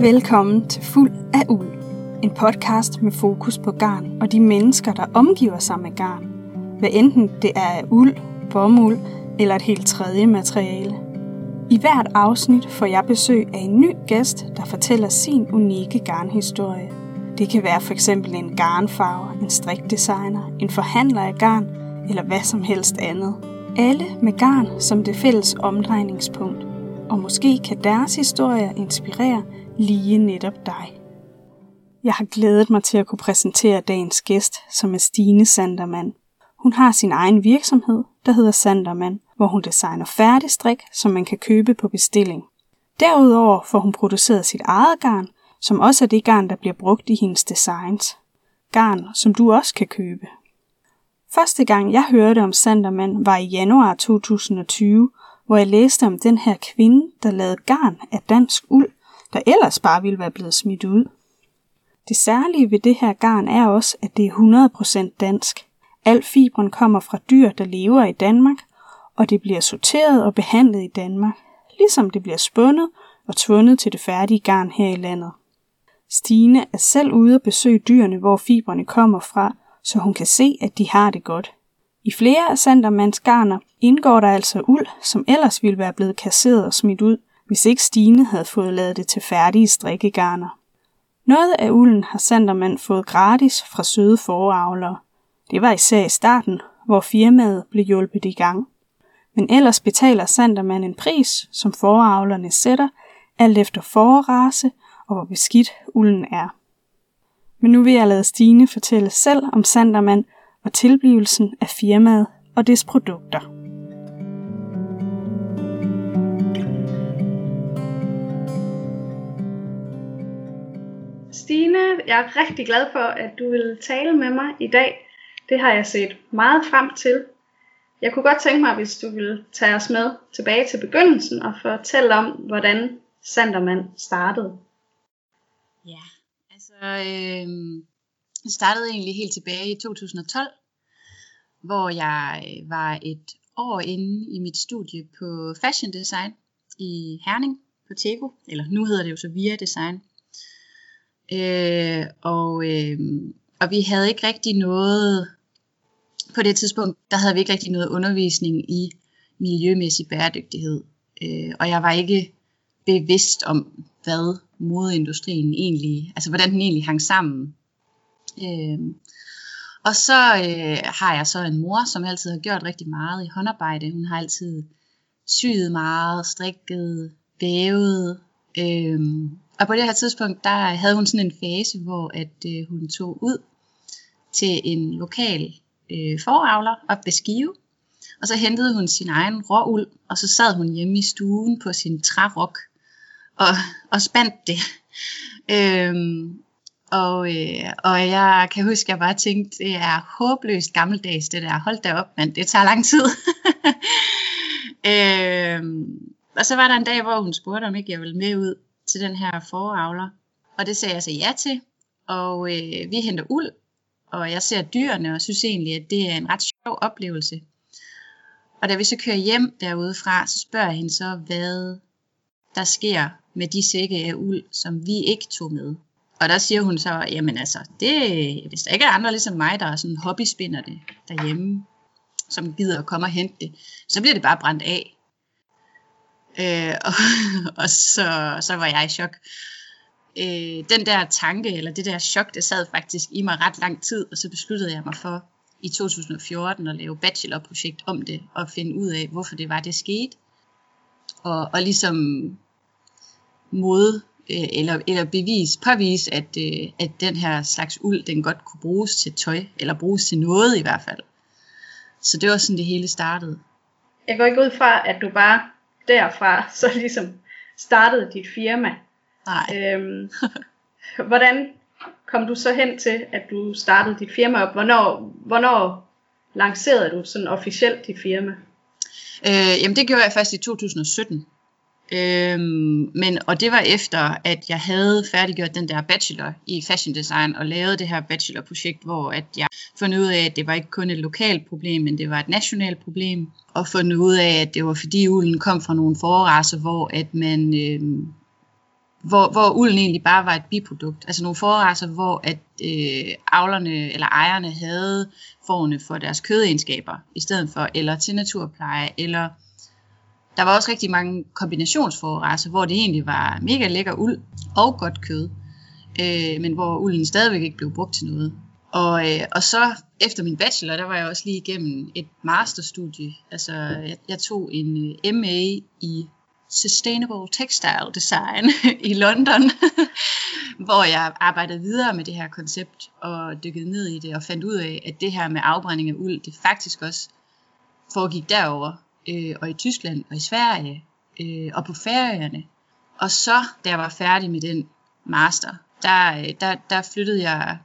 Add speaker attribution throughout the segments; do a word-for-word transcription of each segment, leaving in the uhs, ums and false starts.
Speaker 1: Velkommen til Fuld af Uld, en podcast med fokus på garn og de mennesker, der omgiver sig med garn. Hvad enten det er af uld, bomuld eller et helt tredje materiale. I hvert afsnit får jeg besøg af en ny gæst, der fortæller sin unikke garnhistorie. Det kan være for eksempel en garnfarver, en strikdesigner, en forhandler af garn eller hvad som helst andet. Alle med garn som det fælles omdrejningspunkt. Og måske kan deres historier inspirere lige netop dig. Jeg har glædet mig til at kunne præsentere dagens gæst, som er Stine Sandermann. Hun har sin egen virksomhed, der hedder Sandermann, hvor hun designer færdigstrik, som man kan købe på bestilling. Derudover får hun produceret sit eget garn, som også er det garn, der bliver brugt i hendes designs. Garn, som du også kan købe. Første gang jeg hørte om Sandermann var i januar to tusind og tyve, hvor jeg læste om den her kvinde, der lavede garn af dansk uld, der ellers bare ville være blevet smidt ud. Det særlige ved det her garn er også, at det er hundrede procent dansk. Al fibren kommer fra dyr, der lever i Danmark, og det bliver sorteret og behandlet i Danmark, ligesom det bliver spundet og tvundet til det færdige garn her i landet. Stine er selv ude at besøge dyrene, hvor fibrene kommer fra, så hun kan se, at de har det godt. I flere af Sandermanns garner indgår der altså uld, som ellers ville være blevet kasseret og smidt ud, hvis ikke Stine havde fået lavet det til færdige strikkegarner. Noget af ulden har Sandermann fået gratis fra søde fåreavlere. Det var især i starten, hvor firmaet blev hjulpet i gang. Men ellers betaler Sandermann en pris, som fåreavlerne sætter, alt efter fårerace og hvor beskidt ulden er. Men nu vil jeg lade Stine fortælle selv om Sandermann og tilblivelsen af firmaet og dets produkter.
Speaker 2: Stine, jeg er rigtig glad for, at du vil tale med mig i dag. Det har jeg set meget frem til. Jeg kunne godt tænke mig, hvis du ville tage os med tilbage til begyndelsen og fortælle om, hvordan Sandermann startede.
Speaker 3: Ja, altså øh, jeg startede egentlig helt tilbage i to tusind og tolv, hvor jeg var et år inde i mit studie på fashion design i Herning på Tego, eller nu hedder det jo så Via Design. Øh, og, øh, og vi havde ikke rigtig noget, på det tidspunkt, der havde vi ikke rigtig noget undervisning i miljømæssig bæredygtighed. Øh, og jeg var ikke bevidst om, hvad modeindustrien egentlig, altså hvordan den egentlig hang sammen. Øh, og så øh, har jeg så en mor, som altid har gjort rigtig meget i håndarbejde. Hun har altid syet meget, strikket, vævet. Øh, og på det her tidspunkt, der havde hun sådan en fase, hvor at, øh, hun tog ud til en lokal øh, fåreavler op ved Skive. Og så hentede hun sin egen råuld, og så sad hun hjemme i stuen på sin trærok og, og spændt det. Øhm, og, øh, og jeg kan huske, at jeg bare tænkte, det er håbløst gammeldags det der. Hold da op, mand, det tager lang tid. øhm, og så var der en dag, hvor hun spurgte, om ikke jeg ville med ud til den her fåreavler. Og det sagde jeg så ja til. Og øh, vi henter uld, og jeg ser dyrene, og synes egentlig, at det er en ret sjov oplevelse. Og da vi så kører hjem derudefra, så spørger jeg hende så, hvad der sker med de sække af uld, som vi ikke tog med. Og der siger hun så, jamen altså, det, hvis der ikke er andre ligesom mig, der er sådan hobbyspinder det derhjemme, som gider at komme og hente det, så bliver det bare brændt af. Øh, og og så, så var jeg i chok. Øh, den der tanke, eller det der chok, det sad faktisk i mig ret lang tid, og så besluttede jeg mig for i to tusind og fjorten at lave bachelorprojekt om det, og finde ud af, hvorfor det var, det skete. Og, og ligesom mod, øh, eller, eller bevis, påvise, at, øh, at den her slags uld, den godt kunne bruges til tøj, eller bruges til noget i hvert fald. Så det var sådan, det hele startede.
Speaker 2: Jeg går ikke ud fra, at du bare derfra så ligesom startede dit firma.
Speaker 3: Nej.
Speaker 2: Øhm, hvordan kom du så hen til, at du startede dit firma op? Hvornår, hvornår lancerede du sådan officielt dit firma?
Speaker 3: Øh, jamen det gjorde jeg først i to tusind og sytten. Øhm, men, og det var efter, at jeg havde færdiggjort den der bachelor i fashion design, og lavet det her bachelorprojekt, hvor at jeg fundet ud af, at det var ikke kun et lokalt problem, men det var et nationalt problem, og fundet ud af, at det var fordi ulden kom fra nogle forracer, hvor at man, øhm, hvor, hvor ulden egentlig bare var et biprodukt. Altså nogle forracer, hvor at øh, avlerne eller ejerne havde fårene for deres kødegenskaber i stedet for, eller til naturpleje, eller der var også rigtig mange kombinationsforracer, hvor det egentlig var mega lækker uld og godt kød, øh, men hvor ulden stadigvæk ikke blev brugt til noget. Og, øh, og så efter min bachelor, der var jeg også lige igennem et masterstudie. Altså jeg, jeg tog en uh, M A i Sustainable Textile Design i London, hvor jeg arbejdede videre med det her koncept og dykkede ned i det og fandt ud af, at det her med afbrænding af uld, det faktisk også foregik derover øh, og i Tyskland og i Sverige øh, og på Færøerne. Og så, da jeg var færdig med den master, der, der, der flyttede jeg.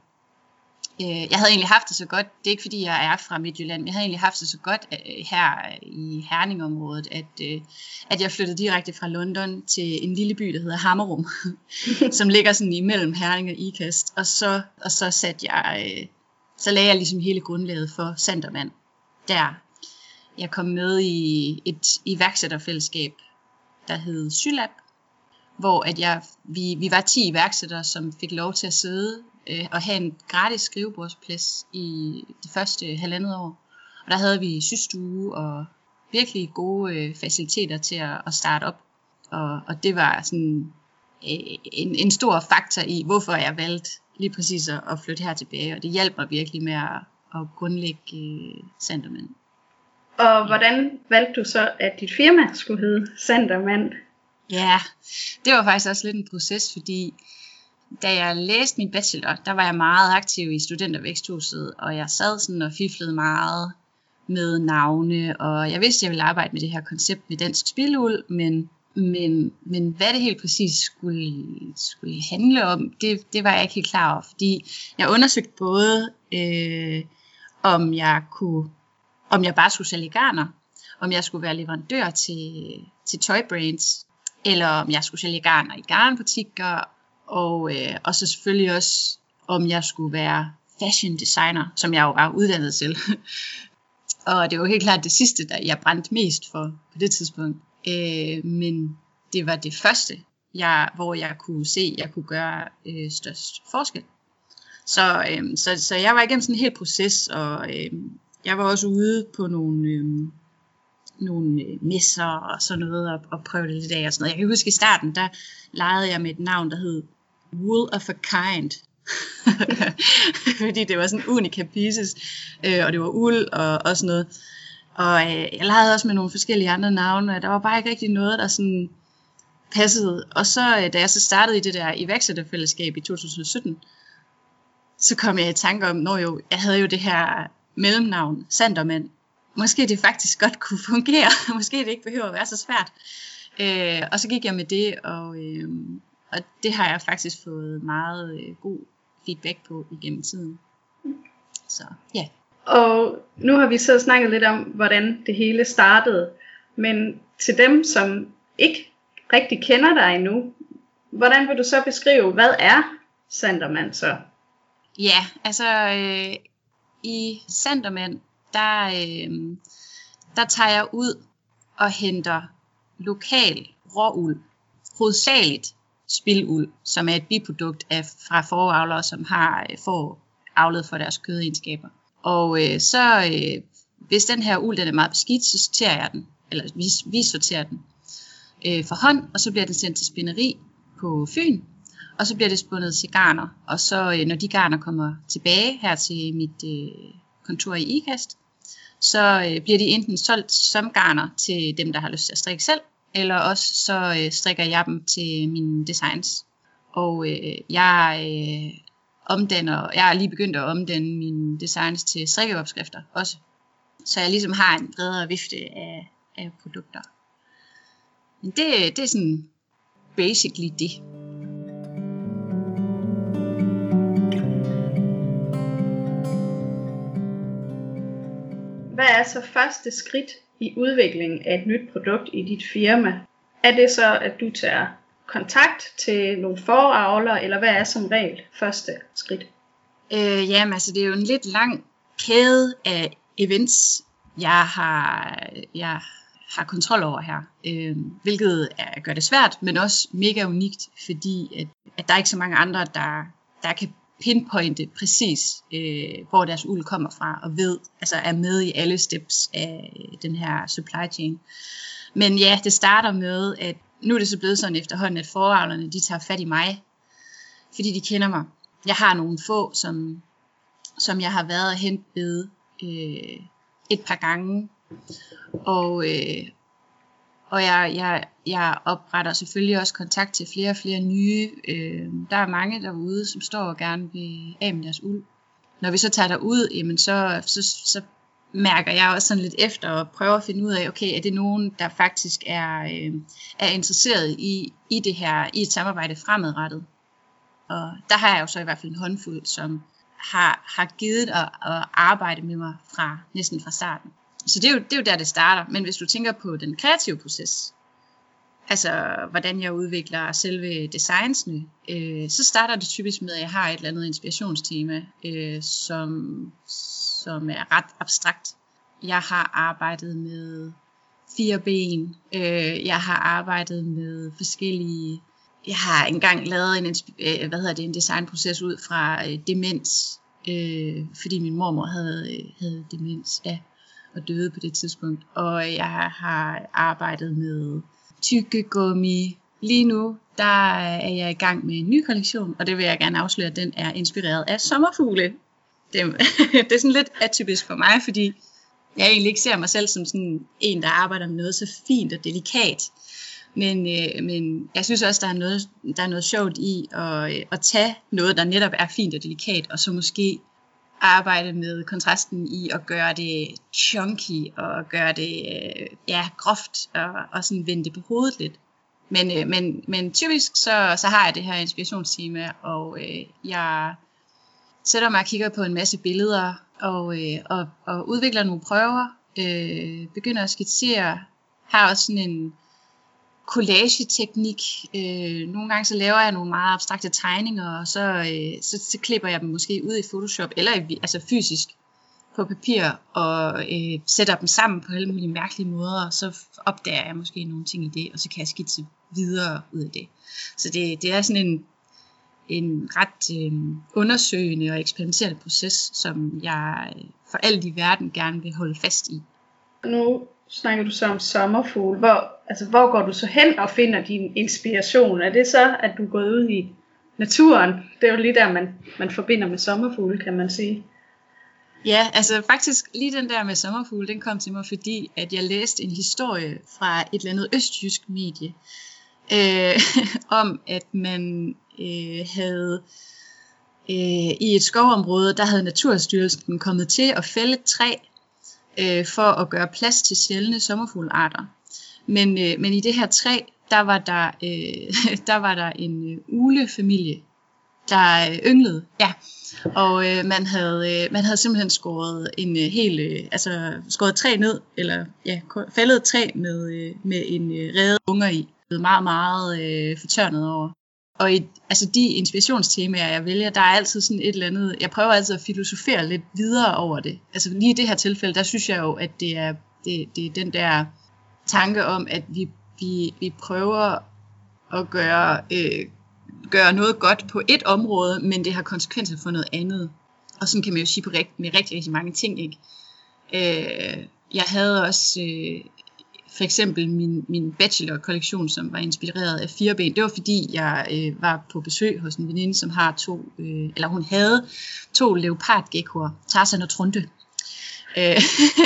Speaker 3: Jeg havde egentlig haft det så godt, det er ikke fordi jeg er fra Midtjylland, men jeg havde egentlig haft det så godt her i Herning-området, at, at jeg flyttede direkte fra London til en lille by, der hedder Hammerum, som ligger sådan imellem Herning og Ikast, og så, og så satte jeg, så lagde jeg ligesom hele grundlaget for Sandermand der. Jeg kom med i et iværksætterfællesskab, der hed Sylab, hvor at jeg, vi, vi var ti iværksættere, som fik lov til at sidde og have en gratis skrivebordsplads i det første halvandet år. Og der havde vi systue og virkelig gode øh, faciliteter til at, at starte op. Og, og det var sådan øh, en, en stor faktor i, hvorfor jeg valgte lige præcis at, at flytte her tilbage. Og det hjalp mig virkelig med at, at grundlægge øh, Sandermand.
Speaker 2: Og hvordan valgte du så, at dit firma skulle hedde Sandermand?
Speaker 3: Ja, det var faktisk også lidt en proces, fordi da jeg læste min bachelor, der var jeg meget aktiv i Studentervæksthuset, og jeg sad sådan og fiflede meget med navne, og jeg vidste, at jeg ville arbejde med det her koncept med dansk spilduld, men, men, men hvad det helt præcis skulle, skulle handle om, det, det var jeg ikke helt klar over, fordi jeg undersøgte både, øh, om jeg kunne, om jeg bare skulle sælge garner, om jeg skulle være leverandør til, til tøjbrands, eller om jeg skulle sælge garner i garnbutikker, Og, øh, og så selvfølgelig også, om jeg skulle være fashion designer, som jeg jo var uddannet til. Og det var helt klart det sidste, der jeg brændte mest for på det tidspunkt. Øh, men det var det første, jeg, hvor jeg kunne se, at jeg kunne gøre øh, størst forskel. Så, øh, så, så jeg var igennem sådan en hel proces, og øh, jeg var også ude på nogle, øh, nogle messer og sådan noget, og, og prøvede lidt af og sådan noget. Jeg kan huske i starten, der legede jeg med et navn, der hed Wool of a Kind. Fordi det var sådan unika pieces, øh, og det var uld og, og sådan noget. Og øh, jeg legede også med nogle forskellige andre navne, og der var bare ikke rigtig noget, der sådan passede. Og så øh, da jeg så startede i det der iværksætterfællesskab i to tusind og sytten, så kom jeg i tanke om, når jo, jeg havde jo det her mellemnavn, Sandermand. Måske det faktisk godt kunne fungere. Måske det ikke behøver at være så svært. Øh, og så gik jeg med det, og, øh, og det har jeg faktisk fået meget øh, god feedback på igennem tiden. Så ja. Yeah.
Speaker 2: Og nu har vi så snakket lidt om, hvordan det hele startede. Men til dem, som ikke rigtig kender dig endnu, hvordan vil du så beskrive, hvad er Sandermand så?
Speaker 3: Ja, altså øh, i Sandermand, der, øh, der tager jeg ud og henter lokal råuld, hovedsageligt spilduld, som er et biprodukt af, fra fåreavlere, som har får avlet for deres kødegenskaber. Og øh, så, øh, hvis den her uld den er meget beskidt, så sorterer jeg den, eller vi, vi sorterer den øh, for hånd, og så bliver den sendt til spinderi på Fyn, og så bliver det spundet til garner. Og så øh, når de garner kommer tilbage her til mit øh, kontor i Ikast, så øh, bliver de enten solgt som garner til dem, der har lyst til at strikke selv, eller også så øh, strikker jeg dem til mine designs. Og øh, jeg øh, omdanner, jeg er lige begyndt at omdanne mine designs til strikkeopskrifter også. Så jeg ligesom har en bredere vifte af, af produkter. Men det, det er sådan basically det.
Speaker 2: Hvad er så første skridt i udviklingen af et nyt produkt i dit firma? Er det så, at du tager kontakt til nogle foravlere, eller hvad er som regel første skridt?
Speaker 3: Øh, jamen, altså det er jo en lidt lang kæde af events, jeg har, jeg har kontrol over her. Øh, hvilket er, gør det svært, men også mega unikt, fordi at, at der er ikke så mange andre, der, der kan pinpointe præcis, øh, hvor deres uld kommer fra, og ved, altså er med i alle steps af den her supply chain. Men ja, det starter med, at nu er det så blevet sådan efterhånden, at foravlerne, de tager fat i mig, fordi de kender mig. Jeg har nogle få, som, som jeg har været og hentet ved øh, et par gange, og, øh, og jeg, jeg, jeg opretter selvfølgelig også kontakt til flere og flere nye. Øh, der er mange derude, som står og gerne vil af med deres uld. Når vi så tager derud, jamen så, så, så mærker jeg også sådan lidt efter og prøver at finde ud af, okay, er det nogen, der faktisk er, øh, er interesseret i, i det her, i et samarbejde fremadrettet. Og der har jeg jo så i hvert fald en håndfuld, som har, har givet at, at arbejde med mig fra næsten fra starten. Så det er, jo, det er jo der, det starter. Men hvis du tænker på den kreative proces, altså hvordan jeg udvikler selve designsene, øh, så starter det typisk med, at jeg har et eller andet inspirationstema, øh, som, som er ret abstrakt. Jeg har arbejdet med fire ben, øh, jeg har arbejdet med forskellige, jeg har engang lavet en, øh, hvad hedder det, en designproces ud fra øh, demens, øh, fordi min mormor havde, øh, havde demens, ja, og døde på det tidspunkt. Og jeg har arbejdet med tyggegummi. Lige nu, der er jeg i gang med en ny kollektion, og det vil jeg gerne afsløre, at den er inspireret af sommerfugle. Det, det er sådan lidt atypisk for mig, fordi jeg egentlig ikke ser mig selv som sådan en, der arbejder med noget så fint og delikat. Men, øh, men jeg synes også, der er noget, der er noget sjovt i at, at tage noget, der netop er fint og delikat, og så måske arbejde med kontrasten i at gøre det chunky og gøre det ja, groft og, og sådan vende det på hovedet lidt. Men, øh, men, men typisk så, så har jeg det her inspirationstema, og øh, jeg sætter mig og kigger på en masse billeder og, øh, og, og udvikler nogle prøver, øh, begynder at skitsere, har også sådan en collageteknik. Øh, nogle gange så laver jeg nogle meget abstrakte tegninger, og så, øh, så, så klipper jeg dem måske ud i Photoshop, eller i, altså fysisk på papir, og øh, sætter dem sammen på alle mulige mærkelige måder, og så opdager jeg måske nogle ting i det, og så kan jeg skitse videre ud af det. Så det, det er sådan en, en ret øh, undersøgende og eksperimenterende proces, som jeg for alt i verden gerne vil holde fast i.
Speaker 2: Nu snakker du så om sommerfugle. Hvor, altså, hvor går du så hen og finder din inspiration? Er det så, at du er gået ud i naturen? Det er jo lige der, man, man forbinder med sommerfugle, kan man sige.
Speaker 3: Ja, altså faktisk lige den der med sommerfugle, den kom til mig, fordi at jeg læste en historie fra et eller andet østjysk medie, øh, om at man øh, havde øh, i et skovområde, der havde Naturstyrelsen kommet til at fælde et træ, øh, for at gøre plads til sjældne sommerfuglearter. Men, øh, men i det her træ, der var der, øh, der, var der en øh, uglefamilie, der øh, ynglede. Ja. Og øh, man, havde, øh, man havde simpelthen skåret en øh, hel, øh, altså skåret træ ned, eller ja, fældet et træ med, øh, med en øh, redet unger i. Det var meget, meget øh, fortørnet over. Og i, altså de inspirationstemaer, jeg vælger, der er altid sådan et eller andet, jeg prøver altid at filosofere lidt videre over det. Altså lige i det her tilfælde, der synes jeg jo, at det er, det, det er den der tanke om, at vi, vi, vi prøver at gøre, øh, gøre noget godt på et område, men det har konsekvenser for noget andet. Og sådan kan man jo sige på rigt, med rigtig, rigtig mange ting, ikke? Øh, jeg havde også øh, for eksempel min, min bachelor-kollektion, som var inspireret af fire ben. Det var fordi, jeg øh, var på besøg hos en veninde, som har to, øh, eller hun havde to leopardgekkoer, Tarzan og Trunte. Øh,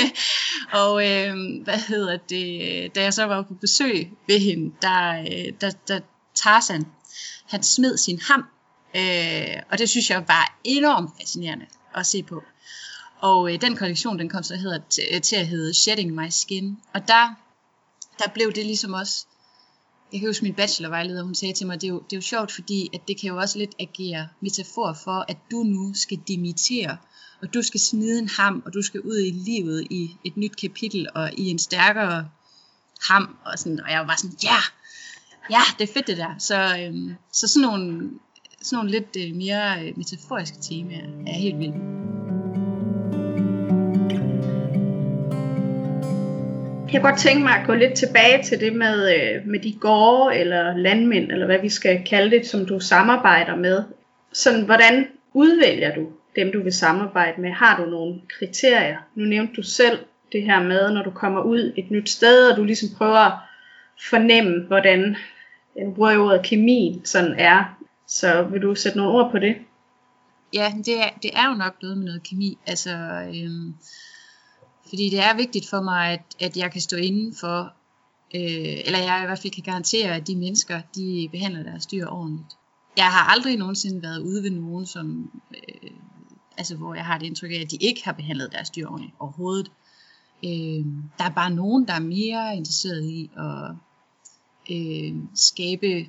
Speaker 3: og øh, hvad hedder det, da jeg så var på besøg ved hende, der, der, der Tarzan, han smed sin ham, øh, og det synes jeg var enormt fascinerende at se på. Og øh, den kollektion, den kom så hedder, t- til at hedde Shedding My Skin, og der, der blev det ligesom også, jeg kan huske min bachelorvejleder, hun sagde til mig, det er, jo, det er jo sjovt, fordi at det kan jo også lidt agere metafor for, at du nu skal dimitere, og du skal smide en ham, og du skal ud i livet i et nyt kapitel, og i en stærkere ham, og, sådan, og jeg var sådan, ja, ja, det er fedt det der. Så, øhm, så sådan nogle, sådan nogle lidt øh, mere øh, metaforiske temaer er helt vildt.
Speaker 2: Jeg kan godt tænke mig at gå lidt tilbage til det med, øh, med de gårde eller landmænd, eller hvad vi skal kalde det, som du samarbejder med. Sådan, hvordan udvælger du dem, du vil samarbejde med? Har du nogle kriterier? Nu nævnte du selv det her med, når du kommer ud et nyt sted, og du ligesom prøver at fornemme, hvordan den bruger ordet kemi sådan er. Så vil du sætte nogle ord på det?
Speaker 3: Ja, det er, det er jo nok noget med noget kemi. Altså, øhm, fordi det er vigtigt for mig, at, at jeg kan stå inden for, øh, eller jeg i hvert fald kan garantere, at de mennesker, de behandler deres dyr ordentligt. Jeg har aldrig nogensinde været ude ved nogen, som, øh, altså, hvor jeg har det indtryk af, at de ikke har behandlet deres dyr ordentligt overhovedet. Øh, der er bare nogen, der er mere interesseret i at øh, skabe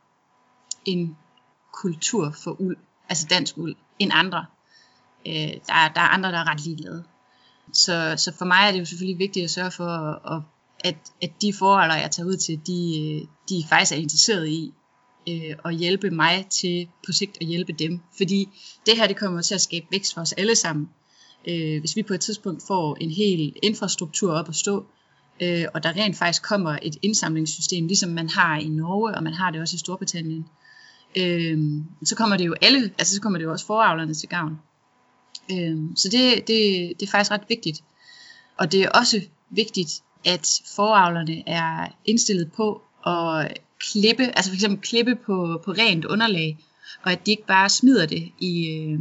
Speaker 3: en kultur for uld, altså dansk uld, end andre. Øh, der, er, der er andre, der er ret ligeglade. Så, så for mig er det jo selvfølgelig vigtigt at sørge for, at, at, at de forholdere, jeg tager ud til, de, de faktisk er interesseret i øh, at hjælpe mig til på sigt at hjælpe dem. Fordi det her, det kommer til at skabe vækst for os alle sammen. Øh, hvis vi på et tidspunkt får en hel infrastruktur op at stå, øh, og der rent faktisk kommer et indsamlingssystem, ligesom man har i Norge, og man har det også i Storbritannien, øh, så kommer det jo alle, altså så kommer det jo også foravlerne til gavn. Øh, så det, det, det er faktisk ret vigtigt. Og det er også vigtigt, at foravlerne er indstillet på at klippe, altså for eksempel klippe på, på rent underlag, og at de ikke bare smider det i, øh,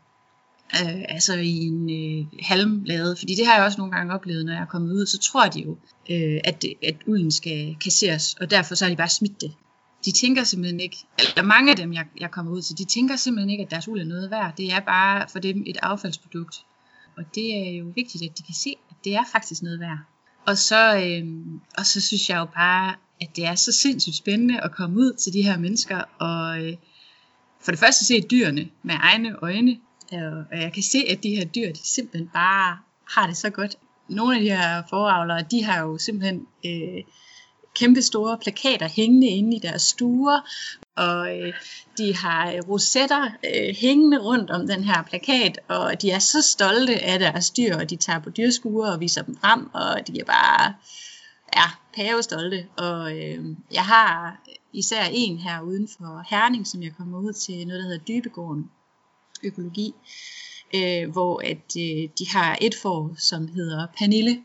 Speaker 3: øh, altså i en øh, halmlade. Fordi det har jeg også nogle gange oplevet, når jeg er kommet ud, så tror de jo, øh, at, det, at ulden skal kasseres, og derfor så har de bare smidt det. De tænker simpelthen ikke, eller mange af dem, jeg, jeg kommer ud til, de tænker simpelthen ikke, at deres uld er noget værd. Det er bare for dem et affaldsprodukt. Og det er jo vigtigt, at de kan se, at det er faktisk noget værd. Og så, øh, og så synes jeg jo bare, at det er så sindssygt spændende at komme ud til de her mennesker, og øh, for det første se dyrene med egne øjne, og jeg kan se, at de her dyr, de simpelthen bare har det så godt. Nogle af de her foravlere, de har jo simpelthen øh, kæmpe store plakater hængende inde i deres stuer, og øh, de har rosetter øh, hængende rundt om den her plakat, og de er så stolte af deres dyr, og de tager på dyrskuer og viser dem frem, og de er bare ja, pavestolte. Og øh, jeg har især en her uden for Herning, som jeg kommer ud til, noget der hedder Dybegården Økologi, øh, hvor at, øh, de har et får, som hedder Pernille.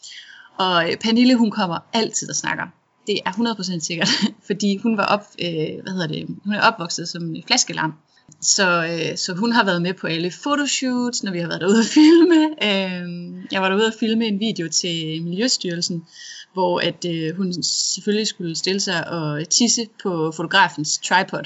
Speaker 3: Og Pernille, hun kommer altid og snakker. Det er hundrede procent sikkert, fordi hun var op, øh, hvad hedder det, hun er opvokset som flaskelam. Så, øh, så hun har været med på alle fotoshoots, når vi har været derude at filme. Øh, jeg var derude at filme en video til Miljøstyrelsen, hvor at, øh, hun selvfølgelig skulle stille sig og tisse på fotografens tripod.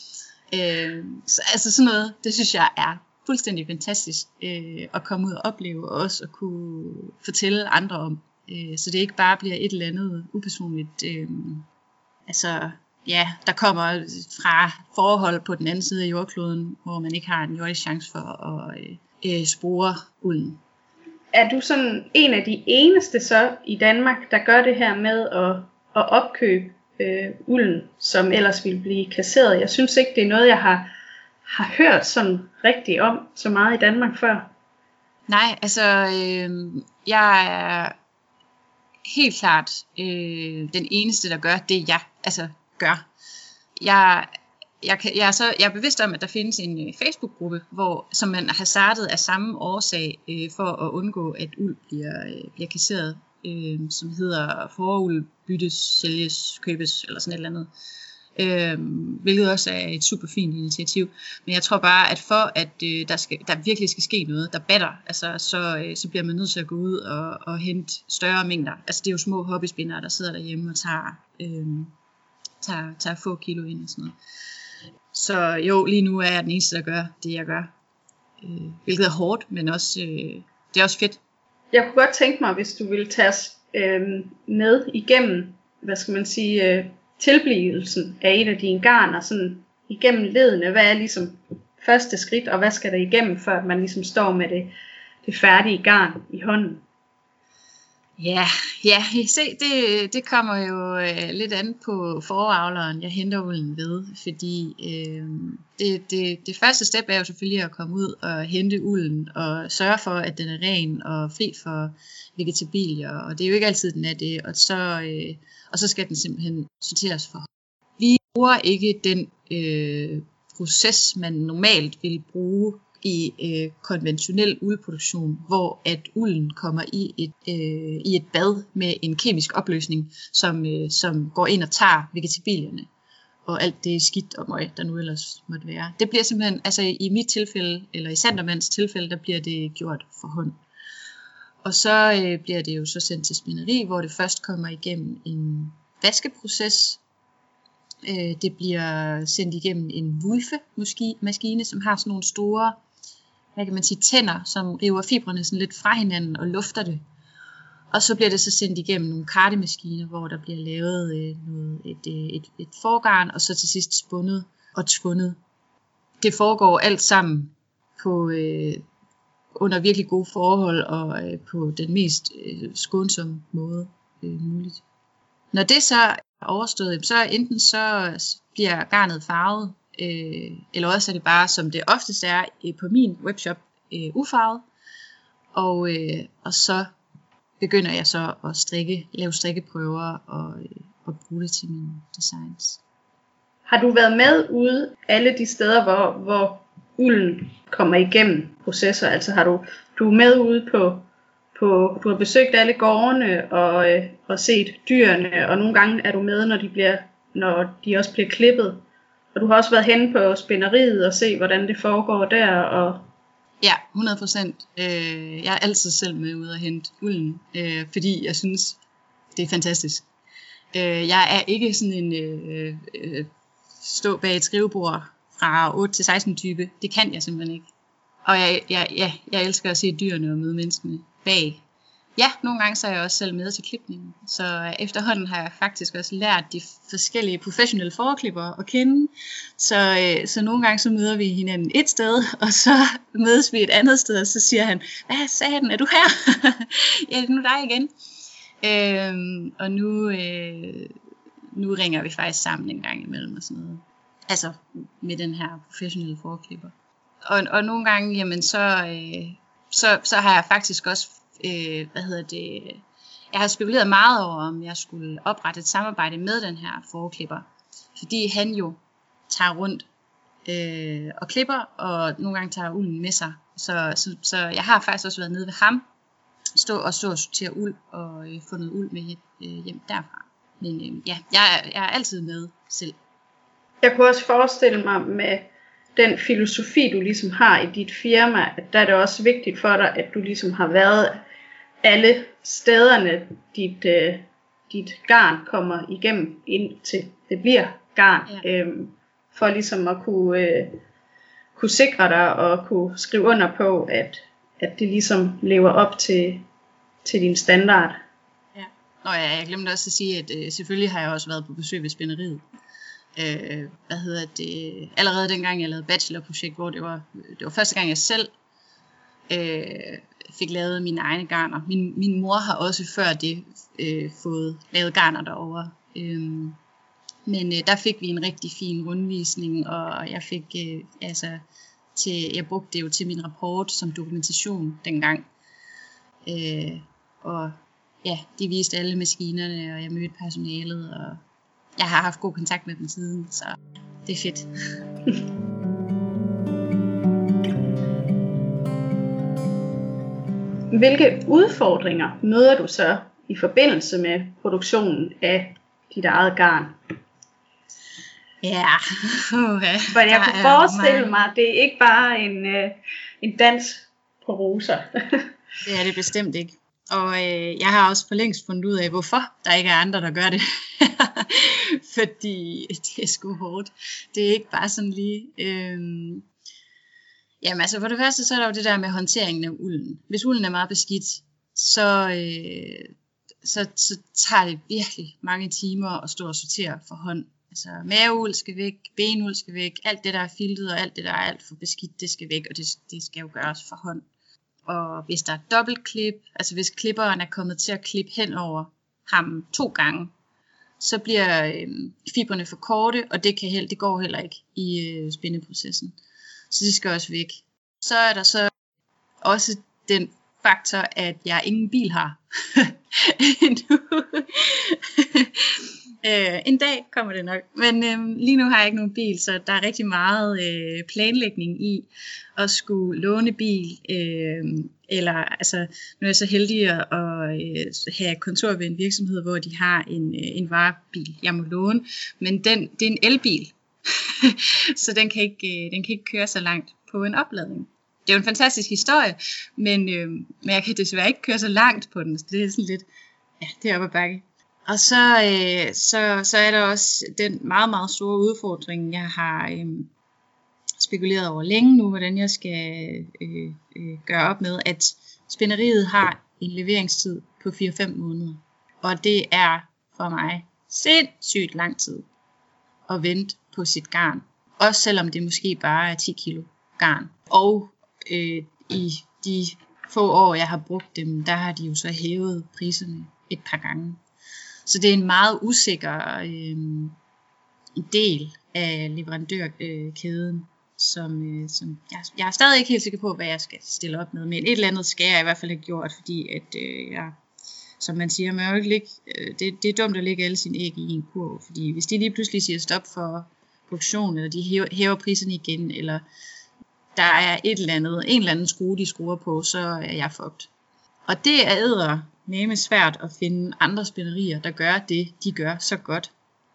Speaker 3: Øh, så, altså sådan noget, det synes jeg er fuldstændig fantastisk øh, at komme ud og opleve, og også at kunne fortælle andre om. Øh, så det ikke bare bliver et eller andet upersonligt, øh, altså ja, der kommer fra forhold på den anden side af jordkloden, hvor man ikke har en jordisk chance for at øh, øh, spore ulden.
Speaker 2: Er du sådan en af de eneste så i Danmark, der gør det her med at, at opkøbe øh, ulden, som ellers ville blive kasseret? Jeg synes ikke, det er noget, jeg har, har hørt sådan rigtigt om så meget i Danmark før.
Speaker 3: Nej, altså øh, jeg er helt klart øh, den eneste, der gør det, jeg altså gør. Jeg, jeg, kan, jeg, er så, jeg er bevidst om, at der findes en Facebook-gruppe, hvor, som man har startet af samme årsag øh, for at undgå, at uld bliver, øh, bliver kasseret, øh, som hedder foruld byttes, sælges, købes eller sådan et eller andet. Øh, hvilket også er et super fint initiativ. Men jeg tror bare, at for at øh, der, skal, der virkelig skal ske noget, der batter, altså, så, øh, så bliver man nødt til at gå ud og, og hente større mængder. Altså det er jo små hobbyspindere, der sidder derhjemme og tager, øh, tager, tager få kilo ind og sådan noget. Så jo, lige nu er jeg den eneste, der gør det, jeg gør. Øh, hvilket er hårdt, men også, øh, det er også fedt.
Speaker 2: Jeg kunne godt tænke mig, hvis du ville tage os øh, med igennem, hvad skal man sige, øh, tilblivelsen af et af dine garner, sådan igennem ledene. Hvad er ligesom første skridt, og hvad skal der igennem, før man ligesom står med det, det færdige garn i hånden?
Speaker 3: Ja, ja, se, det, det kommer jo øh, lidt an på foravleren, jeg henter ulden ved, fordi øh, det, det, det første step er jo selvfølgelig at komme ud og hente ulden og sørge for, at den er ren og fri for vegetabilier, og det er jo ikke altid, den er det, og så, øh, og så skal den simpelthen sorteres for. Vi bruger ikke den øh, proces, man normalt vil bruge i øh, konventionel uldproduktion, hvor at ulden kommer i et, øh, i et bad med en kemisk opløsning, som, øh, som går ind og tager vegetabilierne og alt det skidt og møg, der nu ellers måtte være. Det bliver simpelthen, altså i mit tilfælde, eller i Sandermans tilfælde, der bliver det gjort for hånd. Og så øh, bliver det jo så sendt til spinderi, hvor det først kommer igennem en vaskeproces. Øh, det bliver sendt igennem en wulfe-maskine, som har sådan nogle store, hvad kan man sige, tænder, som river fibrene sådan lidt fra hinanden og lufter det. Og så bliver det så sendt igennem nogle kardemaskiner, hvor der bliver lavet øh, noget, et, et, et forgarn, og så til sidst spundet og tvundet. Det foregår alt sammen på, øh, under virkelig gode forhold og øh, på den mest øh, skånsomme måde øh, muligt. Når det så er overstået, så enten så bliver garnet farvet, øh, eller også er det bare, som det oftest er øh, på min webshop, øh, ufarvet. Og, øh, og så begynder jeg så at strikke, lave strikkeprøver og, øh, og bruge det til mine designs.
Speaker 2: Har du været med ude alle de steder, hvor, hvor ulden kommer igennem processer? Altså har du, du er med ude på, på, du har besøgt alle gårdene og, øh, og set dyrene, og nogle gange er du med, når de, bliver, når de også bliver klippet. Og du har også været henne på spinderiet og se, hvordan det foregår der. Og
Speaker 3: ja, hundrede procent. Øh, jeg er altid selv med ude og hente ulden, øh, fordi jeg synes, det er fantastisk. Øh, jeg er ikke sådan en øh, øh, stå bag et skrivebord fra otte til seksten type. Det kan jeg simpelthen ikke. Og jeg, jeg, ja, jeg elsker at se dyrene og møde menneskene bag. Ja, nogle gange så er jeg også selv med til klipningen. Så efterhånden har jeg faktisk også lært de forskellige professionelle forklippere at kende. Så, øh, så nogle gange så møder vi hinanden et sted, og så mødes vi et andet sted, og så siger han, hvad sagde den, er du her? Ja, nu er dig igen. Øhm, og nu, øh, nu ringer vi faktisk sammen en gang imellem og sådan noget. Altså med den her professionelle forklipper. Og, og nogle gange, jamen så, øh, så, så har jeg faktisk også Øh, hvad hedder det, jeg har spekuleret meget over, om jeg skulle oprette et samarbejde med den her forklipper, fordi han jo tager rundt øh, og klipper, og nogle gange tager ulden med sig, så, så, så jeg har faktisk også været nede ved ham, stå og så og sortere uld, og øh, få noget uld med hjem, øh, hjem derfra. Men øh, ja, jeg er, jeg er altid med selv.
Speaker 2: Jeg kunne også forestille mig med den filosofi, du ligesom har i dit firma, at der er det også vigtigt for dig, at du ligesom har været alle stederne, dit, øh, dit garn kommer igennem, indtil det bliver garn, ja. øhm, for ligesom at kunne, øh, kunne sikre dig og kunne skrive under på, at, at det ligesom lever op til, til din standard.
Speaker 3: Ja. Og ja, jeg glemte også at sige, at øh, selvfølgelig har jeg også været på besøg ved spinderiet. Øh, hvad hedder det, allerede dengang jeg lavede bachelorprojekt, hvor det var, det var første gang jeg selv øh, fik lavet mine egne garner. Min, min mor har også før det øh, fået lavet garner derovre. Øh, men øh, der fik vi en rigtig fin rundvisning, og jeg fik øh, altså til, jeg brugte det jo til min rapport som dokumentation dengang. Øh, og ja, de viste alle maskinerne, og jeg mødte personalet, og jeg har haft god kontakt med dem siden, så det er fedt.
Speaker 2: Hvilke udfordringer møder du så i forbindelse med produktionen af dit eget garn?
Speaker 3: Ja, okay.
Speaker 2: For jeg kunne forestille mig, at det er ikke bare en, øh, en dans på roser.
Speaker 3: Det er det bestemt ikke. Og øh, jeg har også for længst fundet ud af, hvorfor der ikke er andre, der gør det. Fordi det er sgu hårdt. Det er ikke bare sådan lige... Øhm... Jamen altså for det første, så er der jo det der med håndteringen af ulden. Hvis ulden er meget beskidt, så, øh, så, så tager det virkelig mange timer at stå og sortere for hånd. Altså maveuld skal væk, benuld skal væk, alt det der er filtet og alt det der er alt for beskidt, det skal væk, og det, det skal jo gøres for hånd. og hvis der er dobbeltklip, altså hvis klipperen er kommet til at klippe hen over ham to gange, så bliver øh, fibrene for korte, og det, kan held, det går heller ikke i øh, spindeprocessen. Så de skal også væk. Så er der så også den faktor, at jeg ingen bil har endnu. øh, en dag kommer det nok, men øh, lige nu har jeg ikke nogen bil, så der er rigtig meget øh, planlægning i at skulle låne bil, øh, eller altså, nu er jeg så heldig at, at øh, have kontor ved en virksomhed, hvor de har en, øh, en varebil, jeg må låne, men den, det er en elbil, så den kan, ikke, øh, den kan ikke køre så langt på en opladning. Det er jo en fantastisk historie, men, øh, men jeg kan desværre ikke køre så langt på den, så det er sådan lidt, ja, det er op ad bakke. Og så, øh, så, så er der også den meget, meget store udfordring, jeg har øh, spekuleret over længe nu, hvordan jeg skal øh, øh, gøre op med, at spinderiet har en leveringstid på fire til fem måneder. Og det er for mig sindssygt lang tid at vente på sit garn. Også selvom det måske bare er ti kilo garn. Og øh, i de få år, jeg har brugt dem, der har de jo så hævet priserne et par gange. Så det er en meget usikker øh, del af leverandørkæden, som, øh, som jeg, jeg er stadig ikke helt sikker på, hvad jeg skal stille op med. Men et eller andet skal jeg i hvert fald have gjort, fordi at øh, jeg, som man siger, man jo ikke ligge, øh, det, det er dumt at lægge alle sine æg i en kurv. Fordi hvis de lige pludselig siger stop for produktion, eller de hæver, hæver priserne igen, eller der er et eller andet, en eller anden skrue, de skruer på, så er jeg fucked. Og det er æder nemme svært at finde andre spinderier, der gør det, de gør så godt.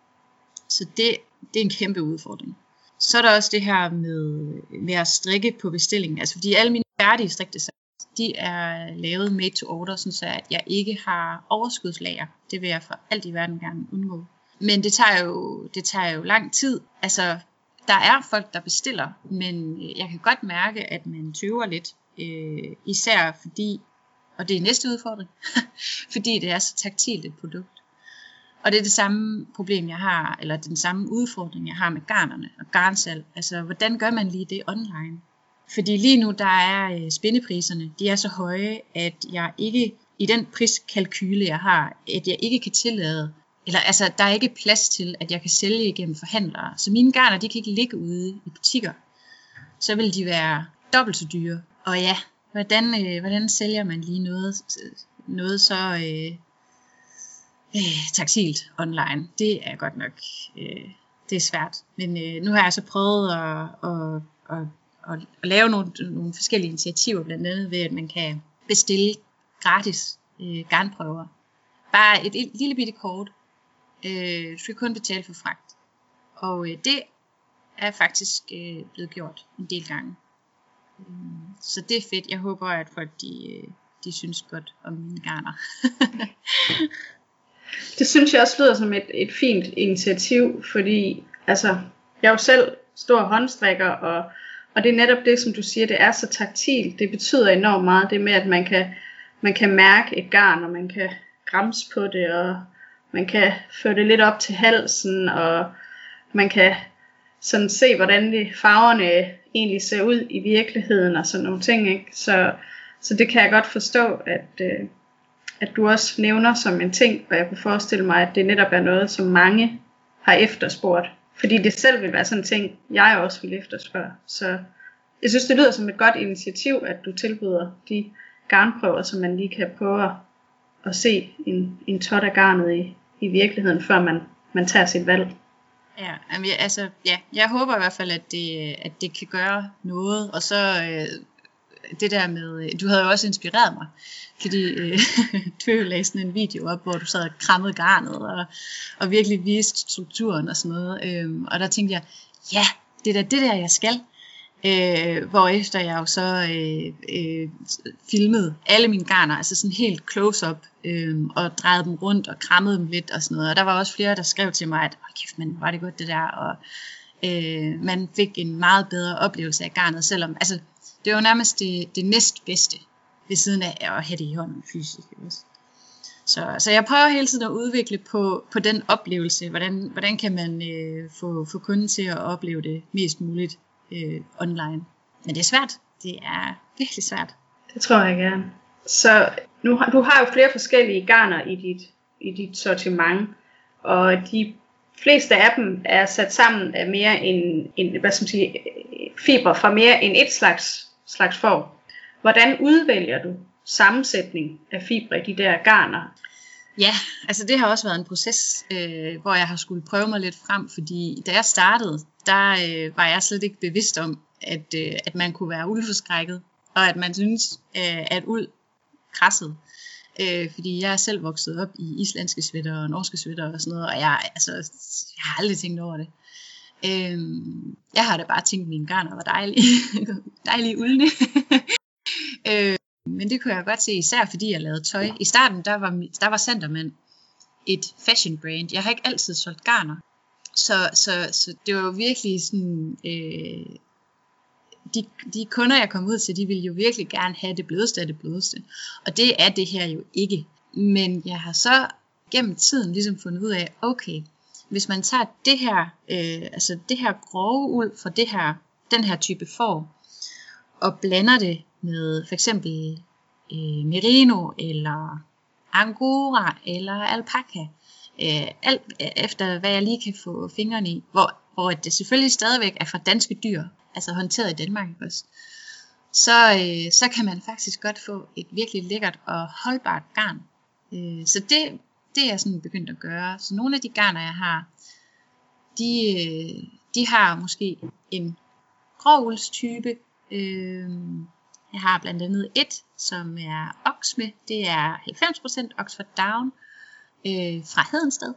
Speaker 3: Så det, det er en kæmpe udfordring. Så er der også det her med, med at strikke på bestilling. Altså fordi alle mine færdige strikdesigns, de er lavet made to order, så at jeg ikke har overskudslager. Det vil jeg for alt i verden gerne undgå. Men det tager jo, det tager jo lang tid. Altså, der er folk, der bestiller, men jeg kan godt mærke, at man tøver lidt. Øh, især fordi, og det er næste udfordring, fordi det er så taktilt et produkt. Og det er det samme problem, jeg har, eller den samme udfordring, jeg har med garnerne og garnsalg. Altså, hvordan gør man lige det online? Fordi lige nu, der er spindepriserne, de er så høje, at jeg ikke, i den priskalkyle, jeg har, at jeg ikke kan tillade, eller altså, der er ikke plads til, at jeg kan sælge igennem forhandlere. Så mine garner, de kan ikke ligge ude i butikker. Så vil de være dobbelt så dyre. Og ja, hvordan, øh, hvordan sælger man lige noget, noget så øh, øh, taktilt online? Det er godt nok, øh, det er svært. Men øh, nu har jeg så prøvet at, at, at, at, at lave nogle, nogle forskellige initiativer, blandt andet ved, at man kan bestille gratis øh, garnprøver. Bare et, et lille bitte kort. Øh, du skal kun betale for fragt. Og øh, det er faktisk øh, blevet gjort en del gange. Øh, så det er fedt. Jeg håber, at folk de, øh, de synes godt om mine garner.
Speaker 2: Det synes jeg også lyder som et, et fint initiativ, fordi altså, jeg er jo selv stor håndstrikker, og, og det er netop det, som du siger, det er så taktilt. Det betyder enormt meget, det med, at man kan, man kan mærke et garn, og man kan gramse på det, og man kan føre det lidt op til halsen, og man kan sådan se, hvordan de farverne egentlig ser ud i virkeligheden, og sådan nogle ting, ikke? Så, så det kan jeg godt forstå, at, øh, at du også nævner som en ting, og jeg kunne forestille mig, at det netop er noget, som mange har efterspurgt. Fordi det selv vil være sådan en ting, jeg også vil efterspørge. Så jeg synes, det lyder som et godt initiativ, at du tilbyder de garnprøver, så man lige kan prøve at, at se en, en tot af garnet i, i virkeligheden, før man, man tager sit valg.
Speaker 3: Ja, altså, ja, jeg håber i hvert fald, at det, at det kan gøre noget. Og så øh, det der med, du havde jo også inspireret mig, fordi øh, du lagde sådan en video op, hvor du sad og krammede garnet, og, og virkelig viste strukturen og sådan noget. Øh, og der tænkte jeg, ja, det er da det der, jeg skal. Øh, hvorefter jeg jo så øh, øh, filmede alle mine garner, altså sådan helt close-up, øh, og drejede dem rundt og krammede dem lidt og sådan noget. Og der var også flere, der skrev til mig, at åh kæft, men var det godt det der, og øh, man fik en meget bedre oplevelse af garnet, selvom, altså det var nærmest det, det næstbedste, ved siden af at have det i hånden fysisk også. Så, så jeg prøver hele tiden at udvikle på, på den oplevelse, hvordan, hvordan kan man øh, få, få kunden til at opleve det mest muligt Øh, online. Men det er svært. Det er virkelig svært.
Speaker 2: Det tror jeg gerne. Så nu har, du har jo flere forskellige garner i dit, i dit sortiment, og de fleste af dem er sat sammen af mere end, end hvad skal man sige, fiber fra mere end et slags, slags får. Hvordan udvælger du sammensætning af fibre i de der garner?
Speaker 3: Ja, altså det har også været en proces, øh, hvor jeg har skulle prøve mig lidt frem, fordi da jeg startede, der øh, var jeg slet ikke bevidst om, at, øh, at man kunne være uldforskrækket, og at man synes, øh, at uld krassede. Øh, fordi jeg er selv vokset op i islandske sweater og norske sweater og sådan noget, og jeg, altså, jeg har aldrig tænkt over det. Øh, jeg har da bare tænkt, at mine garner var dejlige, dejlige uldne. øh, Men det kunne jeg godt se, især fordi jeg lavede tøj. I starten, der var, der var Sanderman et fashion brand. Jeg har ikke altid solgt garner. Så, så, så det var jo virkelig sådan, øh, de, de kunder, jeg kom ud til, de ville jo virkelig gerne have det blødeste af det blødeste. Og det er det her jo ikke. Men jeg har så gennem tiden ligesom fundet ud af, okay, hvis man tager det her, øh, altså det her grove uld fra det her, den her type får, og blander det med for eksempel øh, merino eller angora eller alpaca, øh, alt efter hvad jeg lige kan få fingrene i, hvor, hvor det selvfølgelig stadigvæk er fra danske dyr, altså håndteret i Danmark også, så, øh, så kan man faktisk godt få et virkelig lækkert og holdbart garn. Øh, så det, det er jeg sådan begyndt at gøre. Så nogle af de garner jeg har, de, øh, de har måske en gråuldstype. Øh, Jeg har blandt andet et, som er Oxme. Det er halvfems procent Oxford Down øh, fra Hedensted.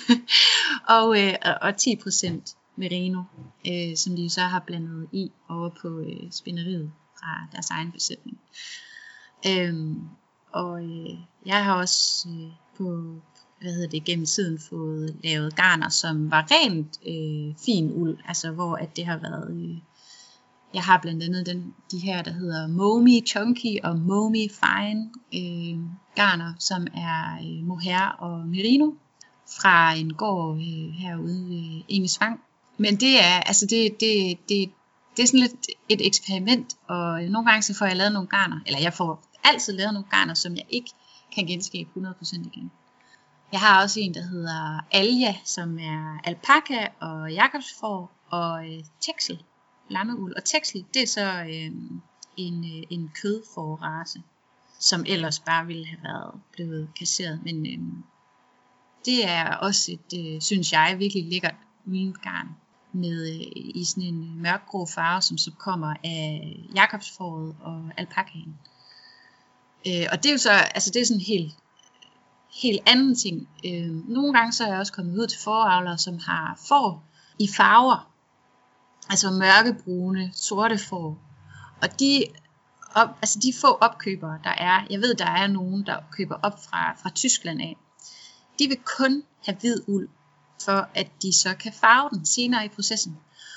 Speaker 3: og, øh, og ti procent Merino, øh, som de så har blandet i over på øh, spinderiet fra deres egen besætning. Øhm, og øh, jeg har også øh, på hvad hedder det, gennem tiden fået lavet garner, som var rent øh, fin uld, altså hvor at det har været... Øh, Jeg har blandt andet den, de her, der hedder Momi Chunky og Momi Fine øh, garner, som er øh, mohair og merino fra en gård øh, herude ved Engesvang. Men det er, altså det, det, det, det er sådan lidt et eksperiment, og nogle gange så får jeg lavet nogle garner, eller jeg får altid lavet nogle garner, som jeg ikke kan genskabe hundrede procent igen. Jeg har også en, der hedder Alja, som er alpaca og jakobsfår og øh, teksel. Lammeuld. Og teksel, det er så øh, en, øh, en kødforrace, som ellers bare ville have været blevet kasseret. Men øh, det er også et, øh, synes jeg, virkelig lækkert uldgarn med øh, i sådan en mørkgrå farve, som så kommer af jakobsfåret og alpakaen. Øh, og det er jo så, altså det er sådan en helt, helt anden ting. Øh, nogle gange så er jeg også kommet ud til fåreavlere, som har får i farver, altså mørkebrune, sorte får. Og de, op, altså de få opkøbere, der er, jeg ved, der er nogen, der køber op fra, fra Tyskland af, de vil kun have hvid uld, for at de så kan farve den senere i processen.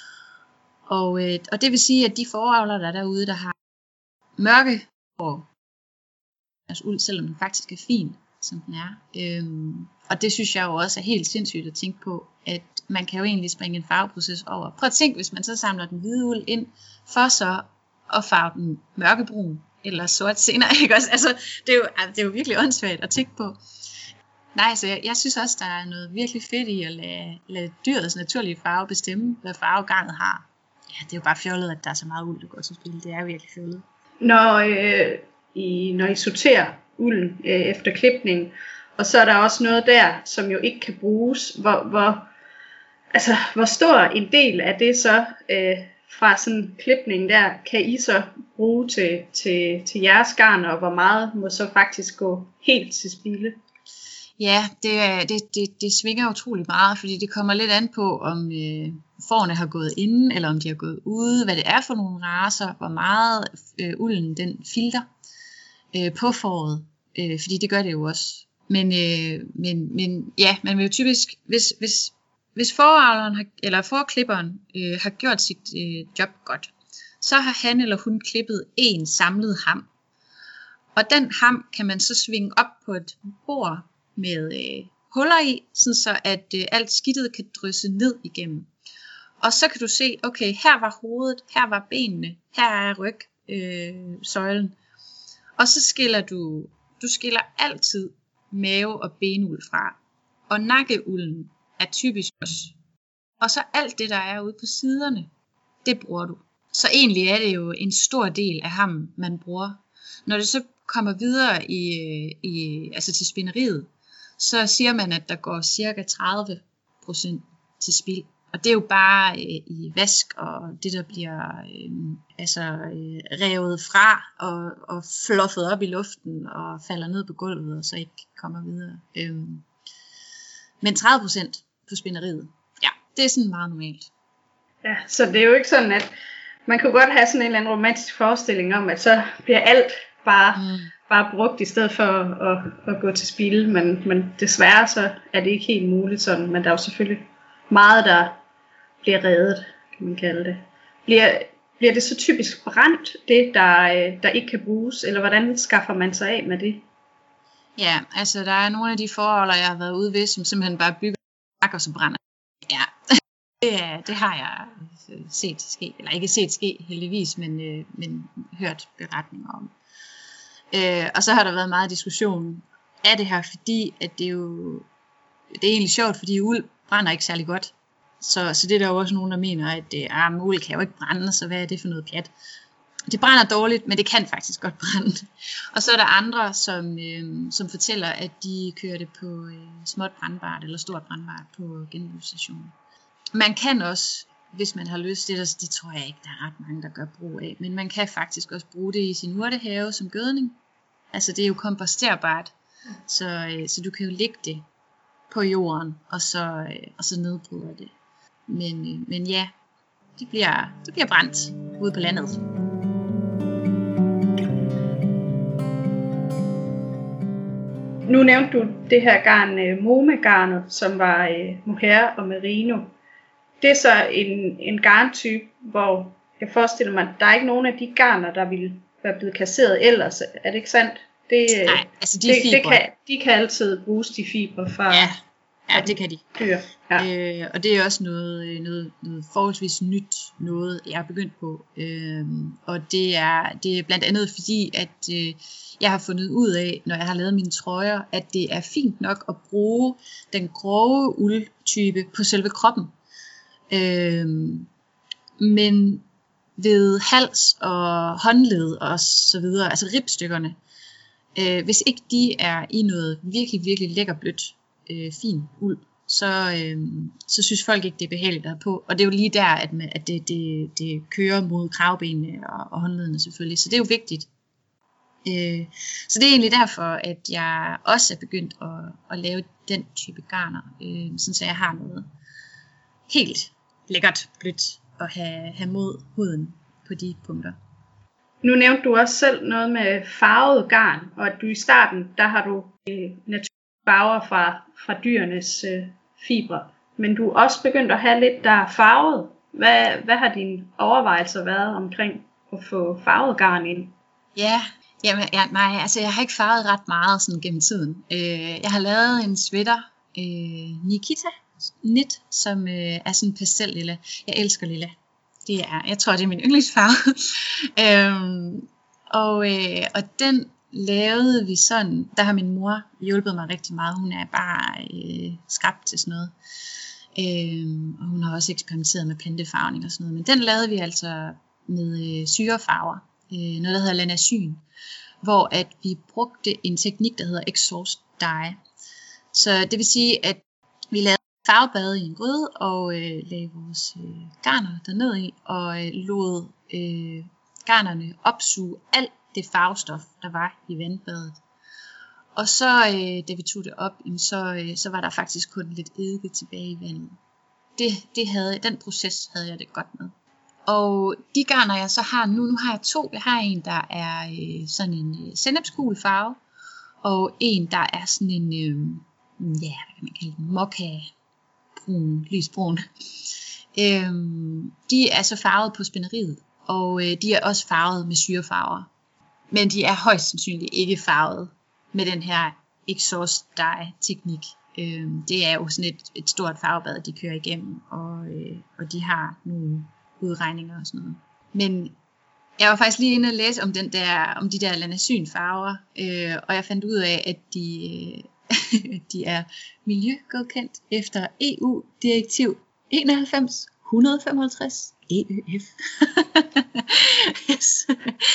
Speaker 3: Og, øh, og det vil sige, at de fåreavlere, der er derude, der har mørke får deres uld, selvom den faktisk er fin, som den er. Øhm, og det synes jeg jo også er helt sindssygt at tænke på, at man kan jo egentlig springe en farveproces over. Prøv at tænke, hvis man så samler den hvide uld ind, for så at farve den mørkebrun eller sort senere, ikke også? Altså, det er jo, det er jo virkelig åndssvagt at tænke på. Nej, så jeg, jeg synes også, der er noget virkelig fedt i at lade, lade dyrets naturlige farve bestemme, hvad farve garnet har. Ja, det er jo bare fjollet, at der er så meget uld, der går til spil. Det er virkelig fjollet.
Speaker 2: Når, øh, I, når I sorterer ulden øh, efter klipning, og så er der også noget der, som jo ikke kan bruges, hvor, hvor, altså, hvor stor en del af det så øh, fra sådan klipning der, kan I så bruge til, til, til jeres garn, og hvor meget må så faktisk gå helt til spilde?
Speaker 3: Ja, det, det, det, det svinger utrolig meget, fordi det kommer lidt an på, om øh, fårene har gået inden, eller om de har gået ude, hvad det er for nogle racer, hvor meget øh, ulden den filter øh, på fåret, øh, fordi det gør det jo også. Men, øh, men, men ja, man vil jo typisk, hvis, hvis, hvis fåreavleren har, eller fåreklipperen øh, har gjort sit øh, job godt, så har han eller hun klippet en samlet ham. Og den ham kan man så svinge op på et bord med øh, huller i, sådan så at øh, alt skidtet kan drysse ned igennem. Og så kan du se, okay, her var hovedet, her var benene, her er rygsøjlen. Øh, Og så skiller du, du skiller altid mave- og benuld fra. Og nakkeulden er typisk også. Og så alt det, der er ude på siderne, det bruger du. Så egentlig er det jo en stor del af ham, man bruger. Når det så kommer videre i, i, altså til spinderiet, så siger man, at der går cirka tredive procent til spild. Og det er jo bare øh, i vask og det, der bliver øh, altså, øh, revet fra og, og fluffet op i luften og falder ned på gulvet og så ikke kommer videre. Øh. Men tredive procent på spinderiet, ja, det er sådan meget normalt.
Speaker 2: Ja, så det er jo ikke sådan, at man kunne godt have sådan en eller anden romantisk forestilling om, at så bliver alt bare, mm. bare brugt i stedet for at, at, at gå til spilde. Men, men desværre så er det ikke helt muligt sådan, men der er jo selvfølgelig meget, der bliver reddet, kan man kalde det. Bliver, bliver det så typisk brændt, det der, der ikke kan bruges, eller hvordan skaffer man sig af med det?
Speaker 3: Ja, altså der er nogle af de forhold, jeg har været ude ved, som simpelthen bare bygger og så brænder. Ja, det, det har jeg set ske, eller ikke set ske heldigvis, men, øh, men hørt beretninger om. Øh, og så har der været meget diskussion af det her, fordi at det er jo, det er egentlig sjovt, fordi uld brænder ikke særlig godt. Så, så det er der jo også nogen, der mener, at ah, uld kan jo ikke brænde, så hvad er det for noget pjat? Det brænder dårligt, men det kan faktisk godt brænde. Og så er der andre, som, øh, som fortæller, at de kører det på øh, småt brandbart eller stort brandbart på genbrugsstationen. Man kan også, hvis man har lyst til det, det tror jeg ikke, der er ret mange, der gør brug af, men man kan faktisk også bruge det i sin urtehave som gødning. Altså det er jo komposterbart, så, øh, så du kan jo lægge det på jorden, og så, øh, og så nedbryder det. Men, øh, men ja, det bliver, det bliver brændt ude på landet.
Speaker 2: Nu nævnte du det her garn, øh, Mome-garnet, som var øh, mohair og merino. Det er så en, en garntype, hvor jeg forestiller mig, at der er ikke nogen af de garner, der ville være blevet kasseret ellers. Er det ikke sandt? Det,
Speaker 3: Nej, altså de
Speaker 2: det,
Speaker 3: fibre.
Speaker 2: Det kan, de kan altid bruges, de fibre fra
Speaker 3: ja, ja, det kan de.
Speaker 2: dyr. Ja.
Speaker 3: Øh, og det er også noget, noget, noget forholdsvis nyt, noget jeg er begyndt på. Øh, og det er, det er blandt andet fordi, at øh, jeg har fundet ud af, når jeg har lavet mine trøjer, at det er fint nok at bruge den grove uldtype på selve kroppen. Øh, men ved hals og håndled og så videre, altså ribstykkerne, øh, hvis ikke de er i noget virkelig, virkelig lækker blødt, øh, fin uld, så, øh, så synes folk ikke, det er behageligt at have på. Og det er jo lige der, at, man, at det, det, det kører mod kravbenene og, og håndledene selvfølgelig, så det er jo vigtigt. Øh, så det er egentlig derfor, at jeg også er begyndt at, at lave den type garner, øh, sådan så jeg har noget helt lækkert blødt at have, have mod huden på de punkter.
Speaker 2: Nu nævnte du også selv noget med farvet garn, og at du i starten, der har du øh, naturlige farver fra, fra dyrenes øh, fibre. Men du er også begyndt at have lidt, der er farvet. Hvad, hvad har dine overvejelser været omkring at få farvet garn ind?
Speaker 3: Ja, jamen, ja, nej, altså jeg har ikke farvet ret meget sådan gennem tiden. Øh, jeg har lavet en sweater, øh, Nikita knit, som øh, er sådan pastel-lilla. Jeg elsker lilla. Det er, jeg tror, det er min yndlingsfarve. øhm, og, øh, og den lavede vi sådan, der har min mor hjulpet mig rigtig meget. Hun er bare øh, skabt til sådan noget. Øhm, og hun har også eksperimenteret med plantefarvning og sådan noget. Men den lavede vi altså med øh, syrefarver. Øh, noget, der hedder lanasyn. Hvor at vi brugte en teknik, der hedder exhaust dye. Så det vil sige, at vi lavede farvebade i en gryde og øh, lagde vores øh, garner derned i og øh, lod øh, garnerne opsuge alt det farvestof, der var i vandbadet. Og så, øh, da vi tog det op, så, øh, så var der faktisk kun lidt eddike tilbage i vandet. Det, det havde, den proces havde jeg det godt med. Og de garner, jeg så har nu, nu har jeg to. Jeg har en, der er øh, sådan en øh, sennepsgul farve, og en, der er sådan en, øh, ja, hvad kan man kalde den, mokka, brun, lysbrun. Øhm, de er så farvet på spinderiet, og øh, de er også farvet med syrefarver. Men de er højst sandsynligt ikke farvet med den her exhaust dye teknik. Øhm, det er jo sådan et, et stort farvebad, de kører igennem, og, øh, og de har nogle udregninger og sådan noget. Men Jeg var faktisk lige inde og læse om, den der, om de der lanasynfarver, øh, og jeg fandt ud af, at de, øh, de er miljøgodkendt efter E U-direktiv enoghalvfems et hundrede femoghalvtreds E Ø F. Yes.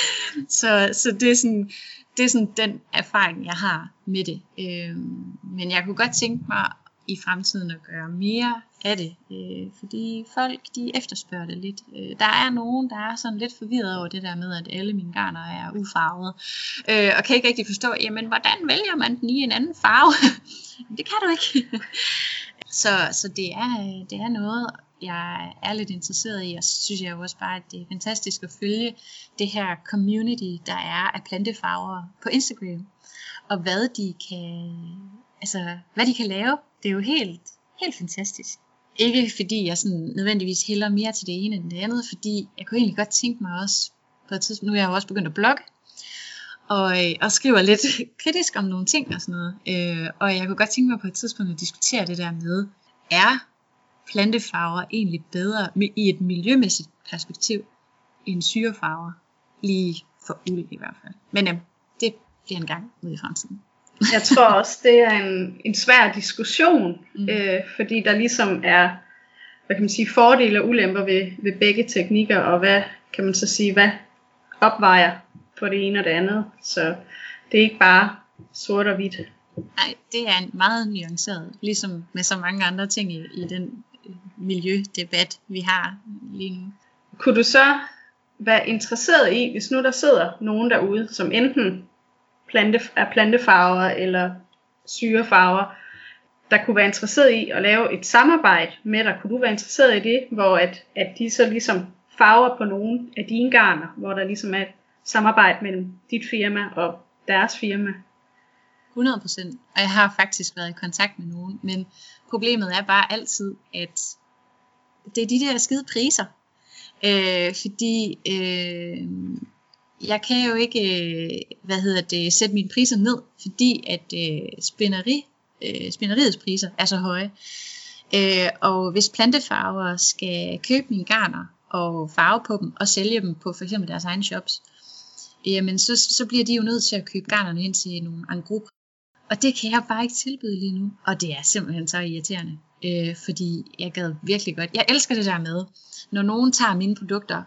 Speaker 3: så, så det er sådan, det er sådan den erfaring, jeg har med det. Øh, men jeg kunne godt tænke mig i fremtiden at gøre mere af det, øh, fordi folk de efterspørger det lidt. Øh, der er nogen, der er sådan lidt forvirret over det der med, at alle mine garner er ufarvede, øh, og kan ikke rigtig forstå, jamen hvordan vælger man den i en anden farve? Det kan du ikke. så så det, er, det er noget, jeg er lidt interesseret i, og så synes jeg jo også bare, at det er fantastisk at følge det her community, der er af plantefarver på Instagram, og hvad de kan, altså hvad de kan lave. Det er jo helt, helt fantastisk. Ikke fordi jeg sådan nødvendigvis hælder mere til det ene end det andet, fordi jeg kunne egentlig godt tænke mig også, på et tidspunkt, nu er jeg jo også begyndt at blogge, og, og skriver lidt kritisk om nogle ting og sådan noget, øh, og jeg kunne godt tænke mig på et tidspunkt at diskutere det der med, er plantefarver egentlig bedre i et miljømæssigt perspektiv end syrefarver, lige for uld i hvert fald. Men øh, det bliver en gang ude i fremtiden.
Speaker 2: Jeg tror også, det er en, en svær diskussion, mm. øh, fordi der ligesom er, hvad kan man sige, fordele og ulemper ved, ved begge teknikker, og hvad kan man så sige, hvad opvejer på det ene og det andet. Så det er ikke bare sort og hvidt.
Speaker 3: Nej, det er en meget nuanceret, ligesom med så mange andre ting i, i den miljødebat, vi har lige nu.
Speaker 2: Kunne du så være interesseret i, hvis nu der sidder nogen derude, som enten plante, er plantefarver eller syrefarver, der kunne være interesseret i at lave et samarbejde med dig? Kunne du være interesseret i det, hvor at, at de så ligesom farver på nogle af dine garner, hvor der ligesom er et samarbejde mellem dit firma og deres firma?
Speaker 3: hundrede procent. Og jeg har faktisk været i kontakt med nogen, men problemet er bare altid, at det er de der skide priser. Øh, fordi øh, jeg kan jo ikke, øh, hvad hedder det, sætte mine priser ned, fordi at øh, spinderi, øh, spinderiets priser er så høje. Øh, og hvis plantefarver skal købe mine garner og farve på dem og sælge dem på for eksempel deres egne shops, jamen så, så bliver de jo nødt til at købe garnerne ind til nogle en groupe. Og det kan jeg bare ikke tilbyde lige nu. Og det er simpelthen så irriterende. Øh, fordi jeg gad virkelig godt. Jeg elsker det der med, når nogen tager mine produkter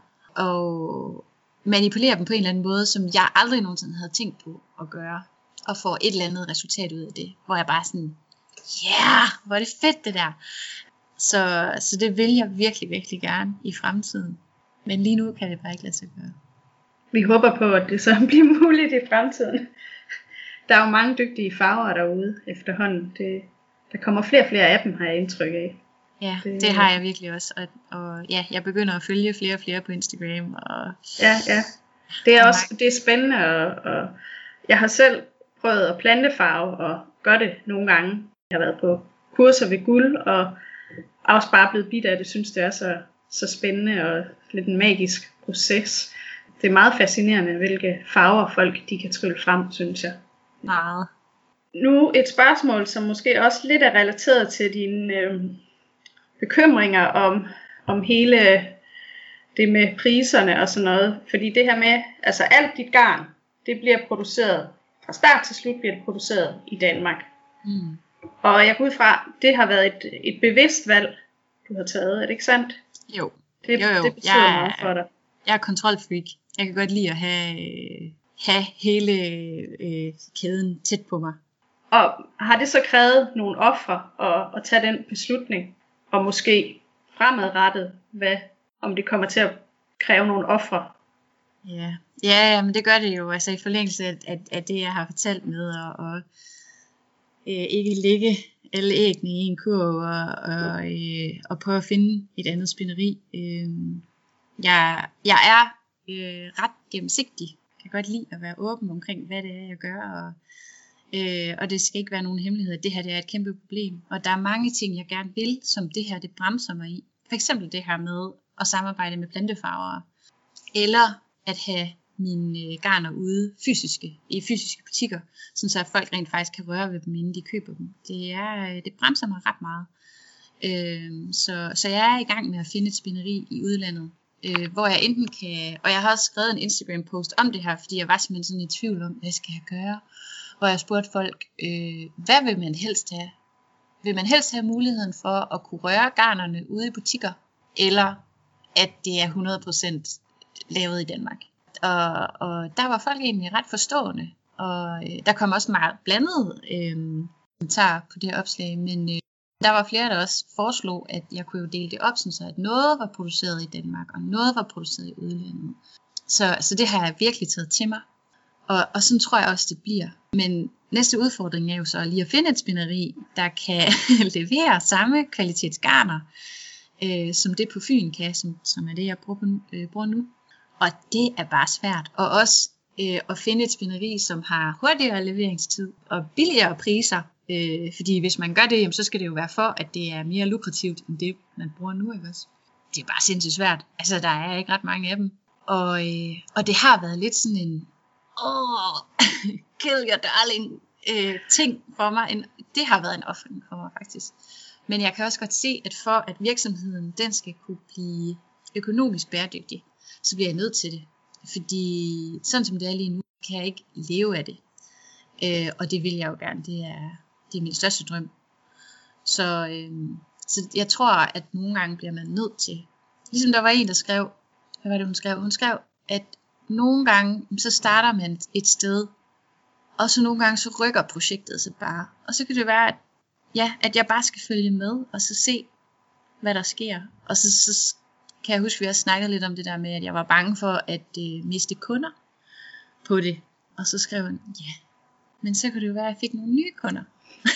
Speaker 3: og manipulerer dem på en eller anden måde, som jeg aldrig nogensinde havde tænkt på at gøre, og får et eller andet resultat ud af det. Hvor jeg bare sådan, ja, yeah, hvor er det fedt det der. Så, så det vil jeg virkelig, virkelig gerne i fremtiden. Men lige nu kan det bare ikke lade sig gøre.
Speaker 2: Vi håber på, at det så bliver muligt i fremtiden. Der er jo mange dygtige farver derude efterhånden. Det, der kommer flere og flere af dem, har jeg indtryk af.
Speaker 3: Ja, det, det har jeg virkelig også. Og, og ja, jeg begynder at følge flere og flere på Instagram. Og
Speaker 2: ja, ja. Det er også det er spændende. Og, og jeg har selv prøvet at plantefarve og gør det nogle gange. Jeg har været på kurser ved guld og også bare blevet bidt af det. Synes det er så, så spændende og lidt en magisk proces. Det er meget fascinerende, hvilke farver folk de kan trylle frem, synes jeg.
Speaker 3: Meget.
Speaker 2: Nu et spørgsmål, som måske også lidt er relateret til dine øh, bekymringer om, om hele det med priserne og sådan noget. Fordi det her med, altså alt dit garn, det bliver produceret, fra start til slut bliver det produceret i Danmark. Mm. Og jeg går ud fra, det har været et, et bevidst valg, du har taget, er det ikke sandt?
Speaker 3: Jo.
Speaker 2: Det,
Speaker 3: jo, jo.
Speaker 2: det betyder
Speaker 3: jeg,
Speaker 2: meget for dig.
Speaker 3: Jeg er kontrolfreak. Jeg kan godt lide at have, have hele øh, kæden tæt på mig.
Speaker 2: Og har det så krævet nogle ofre at, at tage den beslutning, og måske fremadrettet, hvad, om det kommer til at kræve nogle ofre?
Speaker 3: Ja, ja, men det gør det jo, altså i forlængelse af, af, af det, jeg har fortalt med, og, og øh, ikke ligge alle æggene i en kurv, og, og, øh, og prøve at finde et andet spinderi. Øh, jeg, jeg er øh, ret gennemsigtig. Jeg kan godt lide at være åben omkring, hvad det er, jeg gør, og Øh, og det skal ikke være nogen hemmelighed, at det her det er et kæmpe problem. Og der er mange ting, jeg gerne vil, som det her det bremser mig i. For eksempel det her med at samarbejde med plantefarvere. Eller at have mine garner ude fysiske, i fysiske butikker, så at folk rent faktisk kan røre ved dem, inden de køber dem. Det, er, det bremser mig ret meget. Øh, så, så jeg er i gang med at finde et spinderi i udlandet, øh, hvor jeg enten kan, og jeg har også skrevet en Instagram post om det her, fordi jeg var simpelthen sådan i tvivl om, hvad skal jeg gøre, hvor jeg spurgte folk, øh, hvad vil man helst have? Vil man helst have muligheden for at kunne røre garnerne ude i butikker, eller at det er hundrede procent lavet i Danmark? Og, og der var folk egentlig ret forstående, og øh, der kom også meget blandet øh, kommentarer på det her opslag, men øh, der var flere, der også foreslog, at jeg kunne jo dele det op, så at noget var produceret i Danmark, og noget var produceret i udlandet. Så, så det har jeg virkelig taget til mig, og, og sådan tror jeg også, det bliver. Men næste udfordring er jo så lige at finde et spinneri, der kan levere samme kvalitetsgarner, øh, som det på Fyn kan, som, som er det, jeg bruger, på, øh, bruger nu. Og det er bare svært. Og også øh, at finde et spinneri, som har hurtigere leveringstid og billigere priser. Øh, fordi hvis man gør det, jamen, så skal det jo være for, at det er mere lukrativt, end det, man bruger nu. Ikke også? Det er bare sindssygt svært. Altså, der er ikke ret mange af dem. Og, øh, og det har været lidt sådan en, åh, kill your darling øh, ting for mig. En, det har været en offring for mig, faktisk. Men jeg kan også godt se, at for at virksomheden, den skal kunne blive økonomisk bæredygtig, så bliver jeg nødt til det. Fordi sådan som det er lige nu, kan jeg ikke leve af det. Øh, og det vil jeg jo gerne. Det er, det er min største drøm. Så, øh, så jeg tror, at nogle gange bliver man nødt til. Ligesom der var en, der skrev, hvad var det hun skrev? Hun skrev, at nogle gange, så starter man et sted, og så nogle gange, så rykker projektet sig bare. Og så kan det være, at, ja, at jeg bare skal følge med, og så se, hvad der sker. Og så, så kan jeg huske, at vi har snakket lidt om det der med, at jeg var bange for at øh, miste kunder på det. Og så skrev hun, ja, men så kunne det jo være, at jeg fik nogle nye kunder.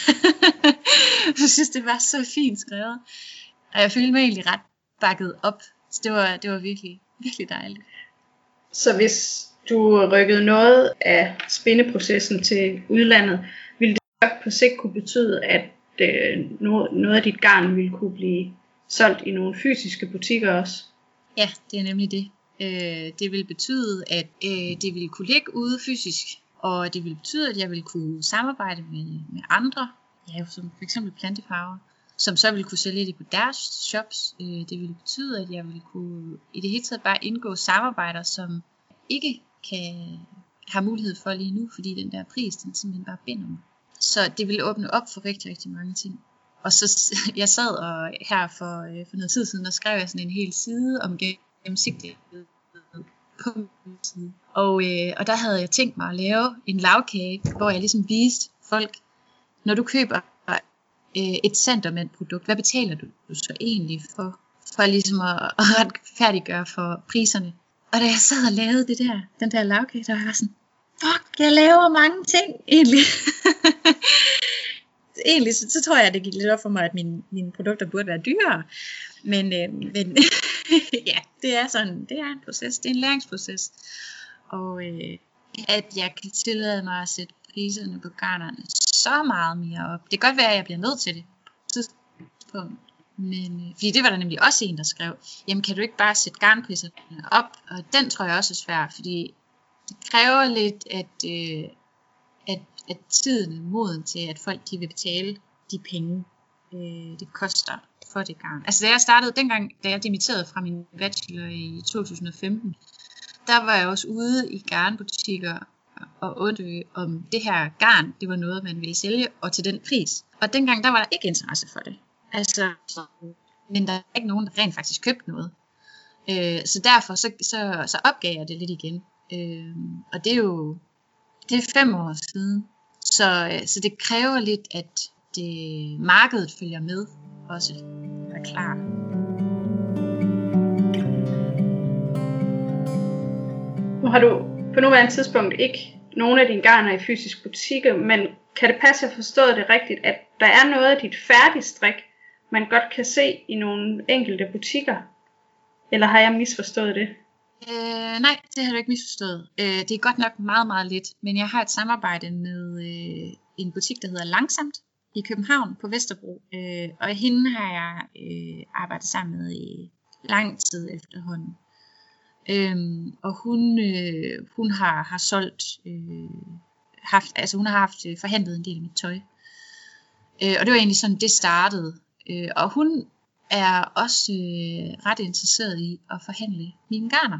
Speaker 3: Jeg synes, det var så fint skrevet. Og jeg følte mig egentlig ret bakket op. Så det var, det var virkelig, virkelig dejligt.
Speaker 2: Så hvis du rykkede noget af spindeprocessen til udlandet, ville det godt på sigt kunne betyde, at øh, noget af dit garn ville kunne blive solgt i nogle fysiske butikker også?
Speaker 3: Ja, det er nemlig det. Øh, det vil betyde, at øh, det vil kunne ligge ude fysisk, og det vil betyde, at jeg vil kunne samarbejde med, med andre, ja, som for eksempel Plantefarver, som så vil kunne sælge det på deres shops. Øh, det vil betyde, at jeg vil kunne i det hele taget bare indgå samarbejder, som ikke kan have mulighed for lige nu, fordi den der pris, den simpelthen bare binder mig. Så det vil åbne op for rigtig, rigtig mange ting. Og så jeg sad og her for, for noget tid siden, og skrev jeg sådan en hel side om gennemsigtighed på min side. Og, øh, og der havde jeg tænkt mig at lave en lavkage, hvor jeg ligesom viste folk, når du køber øh, et Centermand-produkt, hvad betaler du så egentlig for, for ligesom at, at retfærdiggøre for priserne? Og da jeg sad og lavede det der, den der lavkage, der var jeg sådan, fuck, jeg laver mange ting egentlig. Egentlig så, så tror jeg, det gik lidt op for mig, at mine, mine produkter burde være dyrere. Men, øh, men ja, det er sådan, det er en proces, det er en læringsproces. Og øh, at jeg kan tillade mig at sætte priserne på garnerne så meget mere op. Det kan godt være, at jeg bliver nødt til det på et men øh, fordi det var der nemlig også en, der skrev, jamen kan du ikke bare sætte garnpriserne op? Og den tror jeg også er svær, fordi det kræver lidt, at, øh, at, at tiden er moden til, at folk de vil betale de penge, øh, det koster for det garn. Altså da jeg startede, dengang da jeg dimitterede fra min bachelor i to tusind og femten, der var jeg også ude i garnbutikker og undersøge, om det her garn, det var noget, man ville sælge, og til den pris. Og dengang, der var der ikke interesse for det. Altså, men der er ikke nogen, der rent faktisk købte noget. Øh, så derfor, så, så, så opgav jeg det lidt igen. Øh, og det er jo, det er fem år siden. Så, så det kræver lidt, at det, markedet følger med også. Er klar.
Speaker 2: Nu har du på nuværende tidspunkt ikke nogen af dine garner i fysiske butikker, men kan det passe, at jeg forstået det rigtigt, at der er noget af dit færdigstrik, man godt kan se i nogle enkelte butikker? Eller har jeg misforstået det?
Speaker 3: Øh, nej, det har du ikke misforstået. Øh, det er godt nok meget, meget lidt, men jeg har et samarbejde med øh, en butik, der hedder Langsomt i København på Vesterbro. Øh, og hende har jeg øh, arbejdet sammen med i lang tid efterhånden. Øhm, og hun, øh, hun har, har solgt, øh, haft, altså hun har haft øh, forhandlet en del af mit tøj. Øh, og det var egentlig sådan, det startede. Øh, og hun er også øh, ret interesseret i at forhandle mine garner.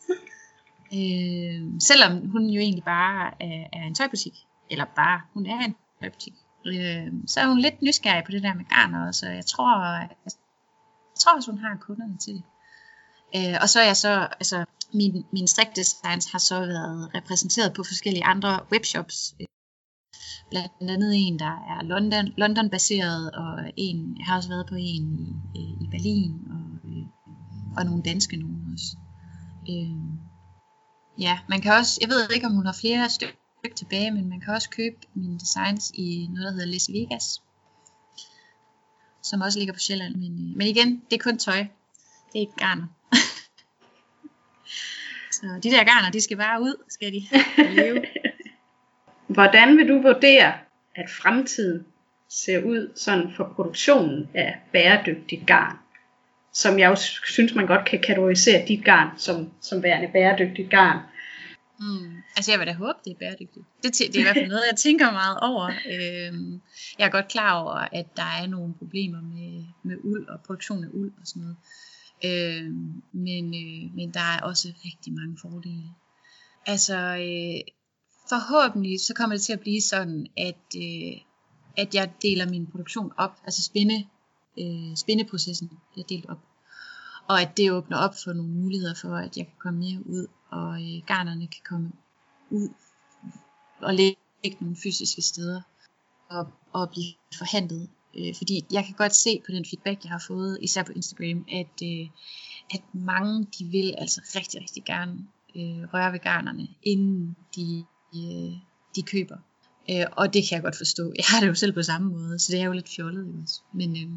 Speaker 3: Øh, selvom hun jo egentlig bare er, er en tøjbutik, eller bare, hun er en tøjbutik, øh, så er hun lidt nysgerrig på det der med garner, så jeg tror, jeg, jeg tror også, hun har kunderne til det. Øh, og så er jeg så, altså, min, min strikdesigns har så været repræsenteret på forskellige andre webshops, blandt andet en, der er London, London-baseret, og en, jeg har også været på en i, i Berlin, og, og nogle danske nogen også. Øh, Ja, man kan også, jeg ved ikke om hun har flere stykker tilbage, men man kan også købe mine designs i noget, der hedder Las Vegas, som også ligger på Sjælland, men, men igen, det er kun tøj, det er ikke garner. Så de der garner, de skal bare ud, skal de leve.
Speaker 2: Hvordan vil du vurdere, at fremtiden ser ud sådan for produktionen af bæredygtigt garn? Som jeg også synes, man godt kan kategorisere dit garn som, som værende bæredygtigt garn.
Speaker 3: Mm. Altså jeg vil da håbe, det er bæredygtigt. Det, det er i hvert fald noget, jeg tænker meget over. Øhm, jeg er godt klar over, at der er nogle problemer med, med uld og produktion af uld og sådan noget. Øhm, men, øh, men der er også rigtig mange fordele. Altså øh, forhåbentlig så kommer det til at blive sådan, at, øh, at jeg deler min produktion op. Altså spænde, øh, spændeprocessen bliver delt op. Og at det åbner op for nogle muligheder for, at jeg kan komme mere ud, og øh, garnerne kan komme ud og ligge nogle fysiske steder og, og blive forhandlet. Øh, fordi jeg kan godt se på den feedback, jeg har fået, især på Instagram, at, øh, at mange de vil altså rigtig, rigtig gerne øh, røre ved garnerne, inden de, øh, de køber. Øh, og det kan jeg godt forstå. Jeg har det jo selv på samme måde, så det er jo lidt fjollet jo også. Men, øh,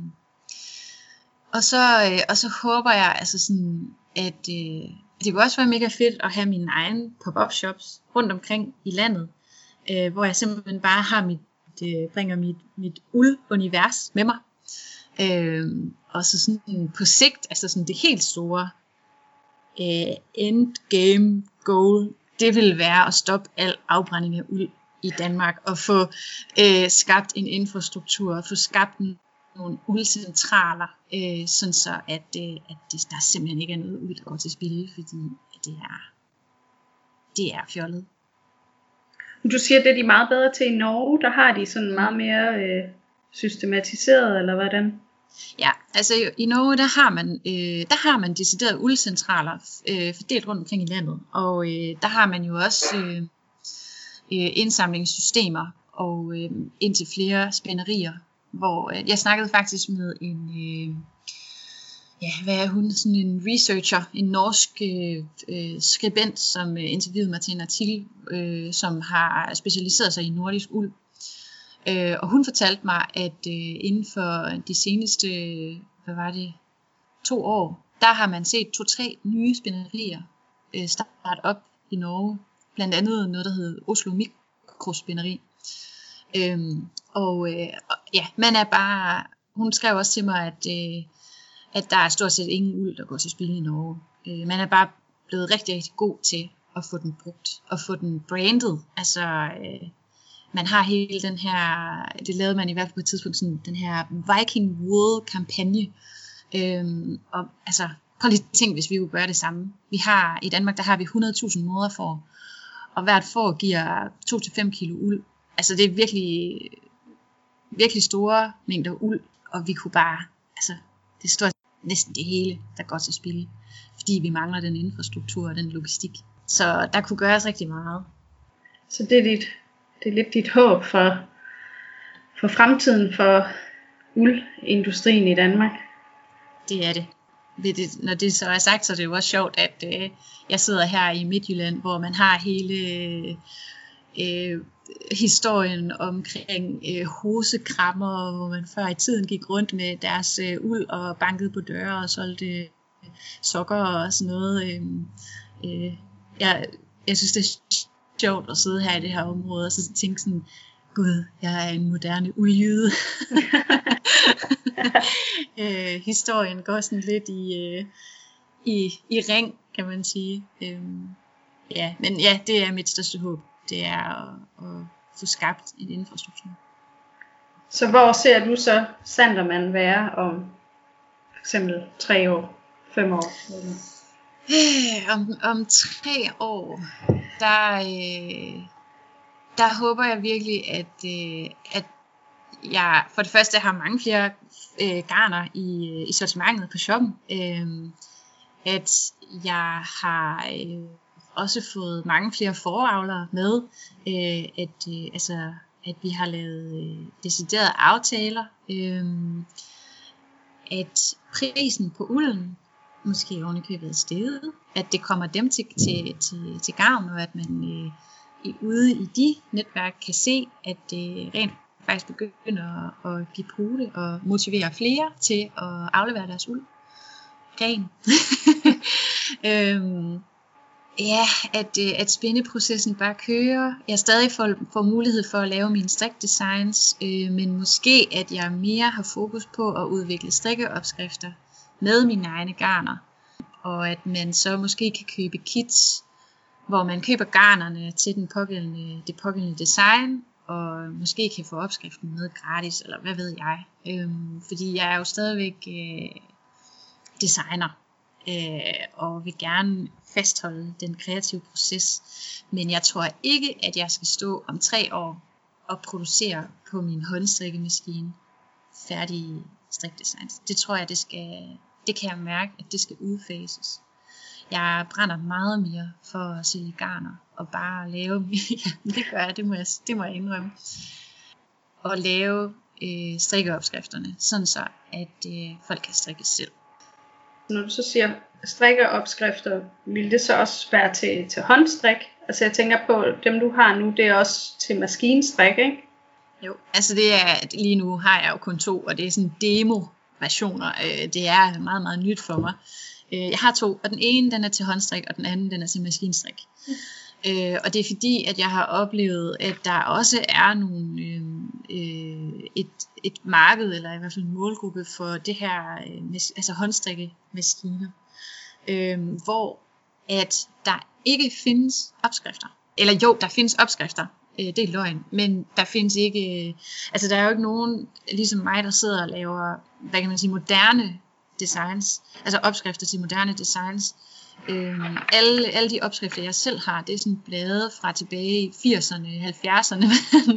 Speaker 3: og, så, øh, og så håber jeg altså sådan, at øh, det kunne også være mega fedt at have mine egne pop-up shops rundt omkring i landet, øh, hvor jeg simpelthen bare har mit, øh, bringer mit, mit uld-univers med mig. Øh, og så sådan på sigt, altså sådan det helt store øh, endgame goal, det vil være at stoppe al afbrænding af uld i Danmark, og få øh, skabt en infrastruktur, og få skabt en nogle uldcentraler, øh, sådan så at, øh, at det, der simpelthen ikke er noget uld, der går til spilde, fordi det er, det er fjollet.
Speaker 2: Du siger, at det er de meget bedre til i Norge, der har de sådan meget mere øh, systematiseret, eller hvordan?
Speaker 3: Ja, altså i Norge, der har man, øh, der har man deciderede uldcentraler øh, fordelt rundt omkring i landet, og øh, der har man jo også øh, øh, indsamlingssystemer, og øh, indtil flere spænderier, hvor øh, jeg snakkede faktisk med en, øh, ja, hvad er hun, sådan en researcher, en norsk øh, øh, skribent, som øh, interviewede mig til en artikel, øh, som har specialiseret sig i nordisk uld. Øh, og hun fortalte mig, at øh, inden for de seneste, hvad var det, to år, der har man set to-tre nye spænderier øh, starte op i Norge. Blandt andet noget, der hedder Oslo Mikrospænderi. Øhm, og øh, ja, man er bare, hun skrev også til mig, at, øh, at der er stort set ingen uld, der går til spil i Norge. Øh, man er bare blevet rigtig, rigtig god til at få den brugt, og få den brandet. Altså, øh, man har hele den her, det lavede man i hvert fald på et tidspunkt, sådan, den her Viking Wool kampagne. Øh, og altså, prøv lige at tænke, hvis vi jo gør det samme. Vi har, i Danmark, der har vi hundrede tusind moderfår, og hvert får giver to til fem kilo uld. Altså det er virkelig, virkelig store mængder uld, og vi kunne bare, altså det står næsten det hele, der går til spil, fordi vi mangler den infrastruktur og den logistik. Så der kunne gøres rigtig meget.
Speaker 2: Så det er, dit, det er lidt dit håb for, for fremtiden for uldindustrien i Danmark?
Speaker 3: Det er det. det. Når det så er sagt, så er det jo også sjovt, at øh, jeg sidder her i Midtjylland, hvor man har hele øh, historien omkring øh, hosekrammer, hvor man før i tiden gik rundt med deres øh, uld og bankede på døre og solgte øh, sokker og sådan noget. Øh, øh, jeg, jeg synes, det er sjovt at sidde her i det her område og så tænke sådan, gud, jeg er en moderne uldjyde. øh, historien går sådan lidt i, øh, i, i ring, kan man sige. Øh, ja, men ja, det er mit største håb. Det er at, at få skabt en infrastruktur.
Speaker 2: Så hvor ser du så Sanderman være om eksempel tre år, fem år?
Speaker 3: Øh, om, om tre år, der, øh, der håber jeg virkelig, at, øh, at jeg for det første har mange flere øh, garner i, i sortimentet på shoppen. Øh, at jeg har øh, også fået mange flere foravlere med. Øh, at, øh, altså, at vi har lavet øh, deciderede aftaler. Øh, at prisen på ulden måske ovenikøbet er steget, at det kommer dem til, til, til, til gavn, og at man øh, ude i de netværk kan se, at det rent faktisk begynder at, at give pute og motivere flere til at aflevere deres uld ren. øhm, ja, at, at spændeprocessen bare kører. Jeg stadig får, får mulighed for at lave mine strikdesigns, øh, men måske at jeg mere har fokus på at udvikle strikkeopskrifter med mine egne garner, og at man så måske kan købe kits, hvor man køber garnerne til den pågældende, det pågældende design, og måske kan få opskriften med gratis, eller hvad ved jeg. Øhm, fordi jeg er jo stadigvæk øh, designer, øh, og vil gerne fastholde den kreative proces. Men jeg tror ikke, at jeg skal stå om tre år og producere på min håndstrikkemaskine færdige strikdesigns. Det tror jeg, det skal, det kan jeg mærke, at det skal udfases. Jeg brænder meget mere for at sælge garner og bare lave, ja, det gør jeg, det må jeg, det må jeg indrømme, og lave øh, strikkeopskrifterne, sådan så at øh, folk kan strikke selv.
Speaker 2: Når du så siger strikkeopskrifter, vil det så også være til, til håndstrik? Altså jeg tænker på, dem du har nu, det er også til maskinstrik, ikke?
Speaker 3: Jo, altså det er, lige nu har jeg jo kun to, og det er sådan demo-versioner. Det er meget, meget nyt for mig. Jeg har to, og den ene den er til håndstrik, og den anden den er til maskinstrik. Mm. Øh, og det er fordi, at jeg har oplevet, at der også er nogle, øh, et, et marked, eller i hvert fald en målgruppe for det her, øh, altså håndstrikkemaskiner, øh, hvor at der ikke findes opskrifter. Eller jo, der findes opskrifter, øh, det er løgn, men der findes ikke, øh, altså der er jo ikke nogen, ligesom mig, der sidder og laver, hvad kan man sige, moderne designs, altså opskrifter til moderne designs. Øhm, alle, alle de opskrifter jeg selv har, det er sådan blade fra tilbage i firserne, halvfjerdserne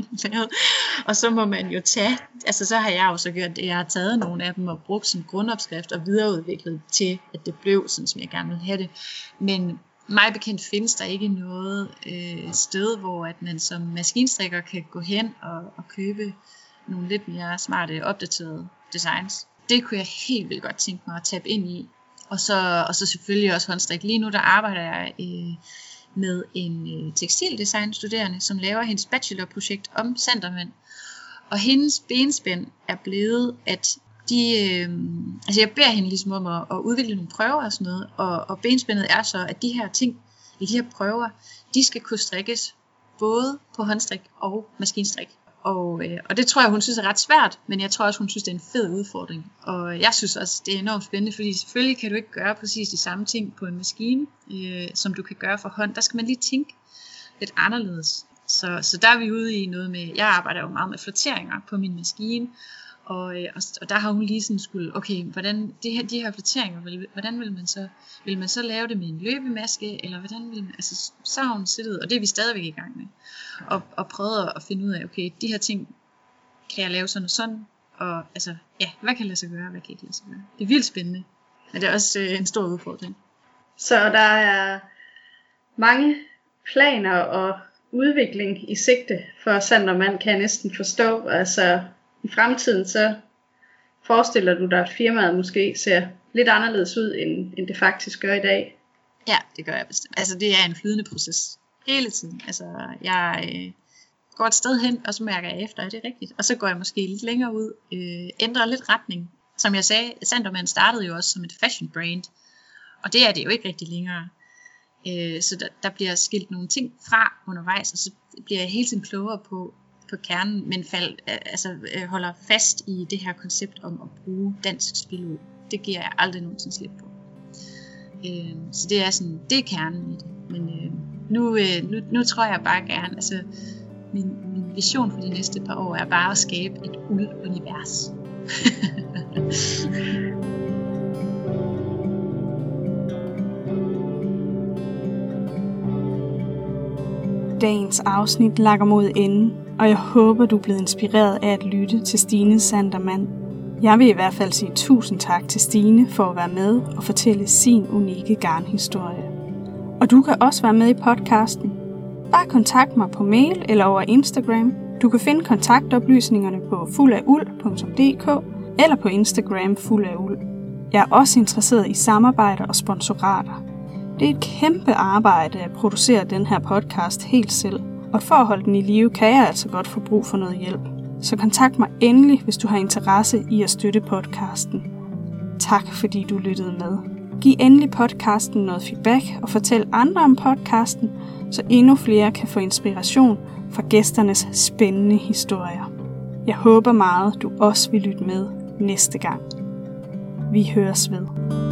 Speaker 3: og så må man jo tage, altså så har jeg jo så gjort det, jeg har taget nogle af dem og brugt som grundopskrift og videreudviklet til at det blev sådan som jeg gerne vil have det, men mig bekendt findes der ikke noget øh, sted hvor at man som maskinstrikker kan gå hen og, og købe nogle lidt mere smarte opdaterede designs. Det kunne jeg helt vildt godt tænke mig at tabe ind i. Og så, og så selvfølgelig også håndstrik. Lige nu der arbejder jeg øh, med en øh, tekstildesignstuderende, som laver hendes bachelorprojekt om Sandermand. Og hendes benspænd er blevet, at de, øh, altså jeg beder hende ligesom om at, at udvikle nogle prøver og sådan noget. Og, og benspændet er så, at de her ting, de her prøver, de skal kunne strikkes både på håndstrik og maskinstrik. Og, øh, og det tror jeg, hun synes er ret svært, men jeg tror også, hun synes, det er en fed udfordring. Og jeg synes også, det er enormt spændende, fordi selvfølgelig kan du ikke gøre præcis de samme ting på en maskine, øh, som du kan gøre for hånd. Der skal man lige tænke lidt anderledes. Så, så der er vi ude i noget med, jeg arbejder jo meget med flatteringer på min maskine, og, øh, og, og der har hun lige sådan skulle, okay, hvordan det her, de her flatteringer, hvordan vil man så, vil man så lave det med en løbemaske, eller hvordan vil man, altså så har hun siddet, og det er vi stadigvæk i gang med, og, og prøvet at finde ud af, okay, de her ting, kan jeg lave sådan og sådan, og altså, ja, hvad kan lade sig gøre, hvad kan ikke lade sig gøre. Det er vildt spændende, men det er også øh, en stor udfordring.
Speaker 2: Så der er mange planer og udvikling i sigte for Sandermand, kan jeg næsten forstå, altså i fremtiden, så forestiller du dig, at firmaet måske ser lidt anderledes ud, end, end det faktisk gør i dag?
Speaker 3: Ja, det gør jeg bestemt. Altså, det er en flydende proces. Hele tiden. Altså, jeg øh, går et sted hen, og så mærker jeg efter, at det er rigtigt. Og så går jeg måske lidt længere ud, øh, ændrer lidt retning. Som jeg sagde, Sandermand startede jo også som et fashion brand. Og det er det jo ikke rigtig længere. Øh, så der, der bliver skilt nogle ting fra undervejs, og så bliver jeg hele tiden klogere på, på kernen, men fald, altså, holder fast i det her koncept om at bruge dansk spilud. Det giver jeg aldrig nogensinde slip på. Øh, så det er sådan, det er kernen i det. Men øh, nu, øh, nu, nu tror jeg bare gerne, altså min, min vision for de næste par år er bare at skabe et uld-univers.
Speaker 1: dagens afsnit lakker mod enden, og jeg håber, du er blevet inspireret af at lytte til Stine Sandermann. Jeg vil i hvert fald sige tusind tak til Stine for at være med og fortælle sin unikke garnhistorie. Og du kan også være med i podcasten. Bare kontakt mig på mail eller over Instagram. Du kan finde kontaktoplysningerne på fuldafuld punktum d k eller på Instagram fuldafuld. Jeg er også interesseret i samarbejder og sponsorater. Det er et kæmpe arbejde at producere den her podcast helt selv, og for at holde den i live kan jeg altså godt få brug for noget hjælp. Så kontakt mig endelig, hvis du har interesse i at støtte podcasten. Tak fordi du lyttede med. Giv endelig podcasten noget feedback og fortæl andre om podcasten, så endnu flere kan få inspiration fra gæsternes spændende historier. Jeg håber meget, du også vil lytte med næste gang. Vi høres ved.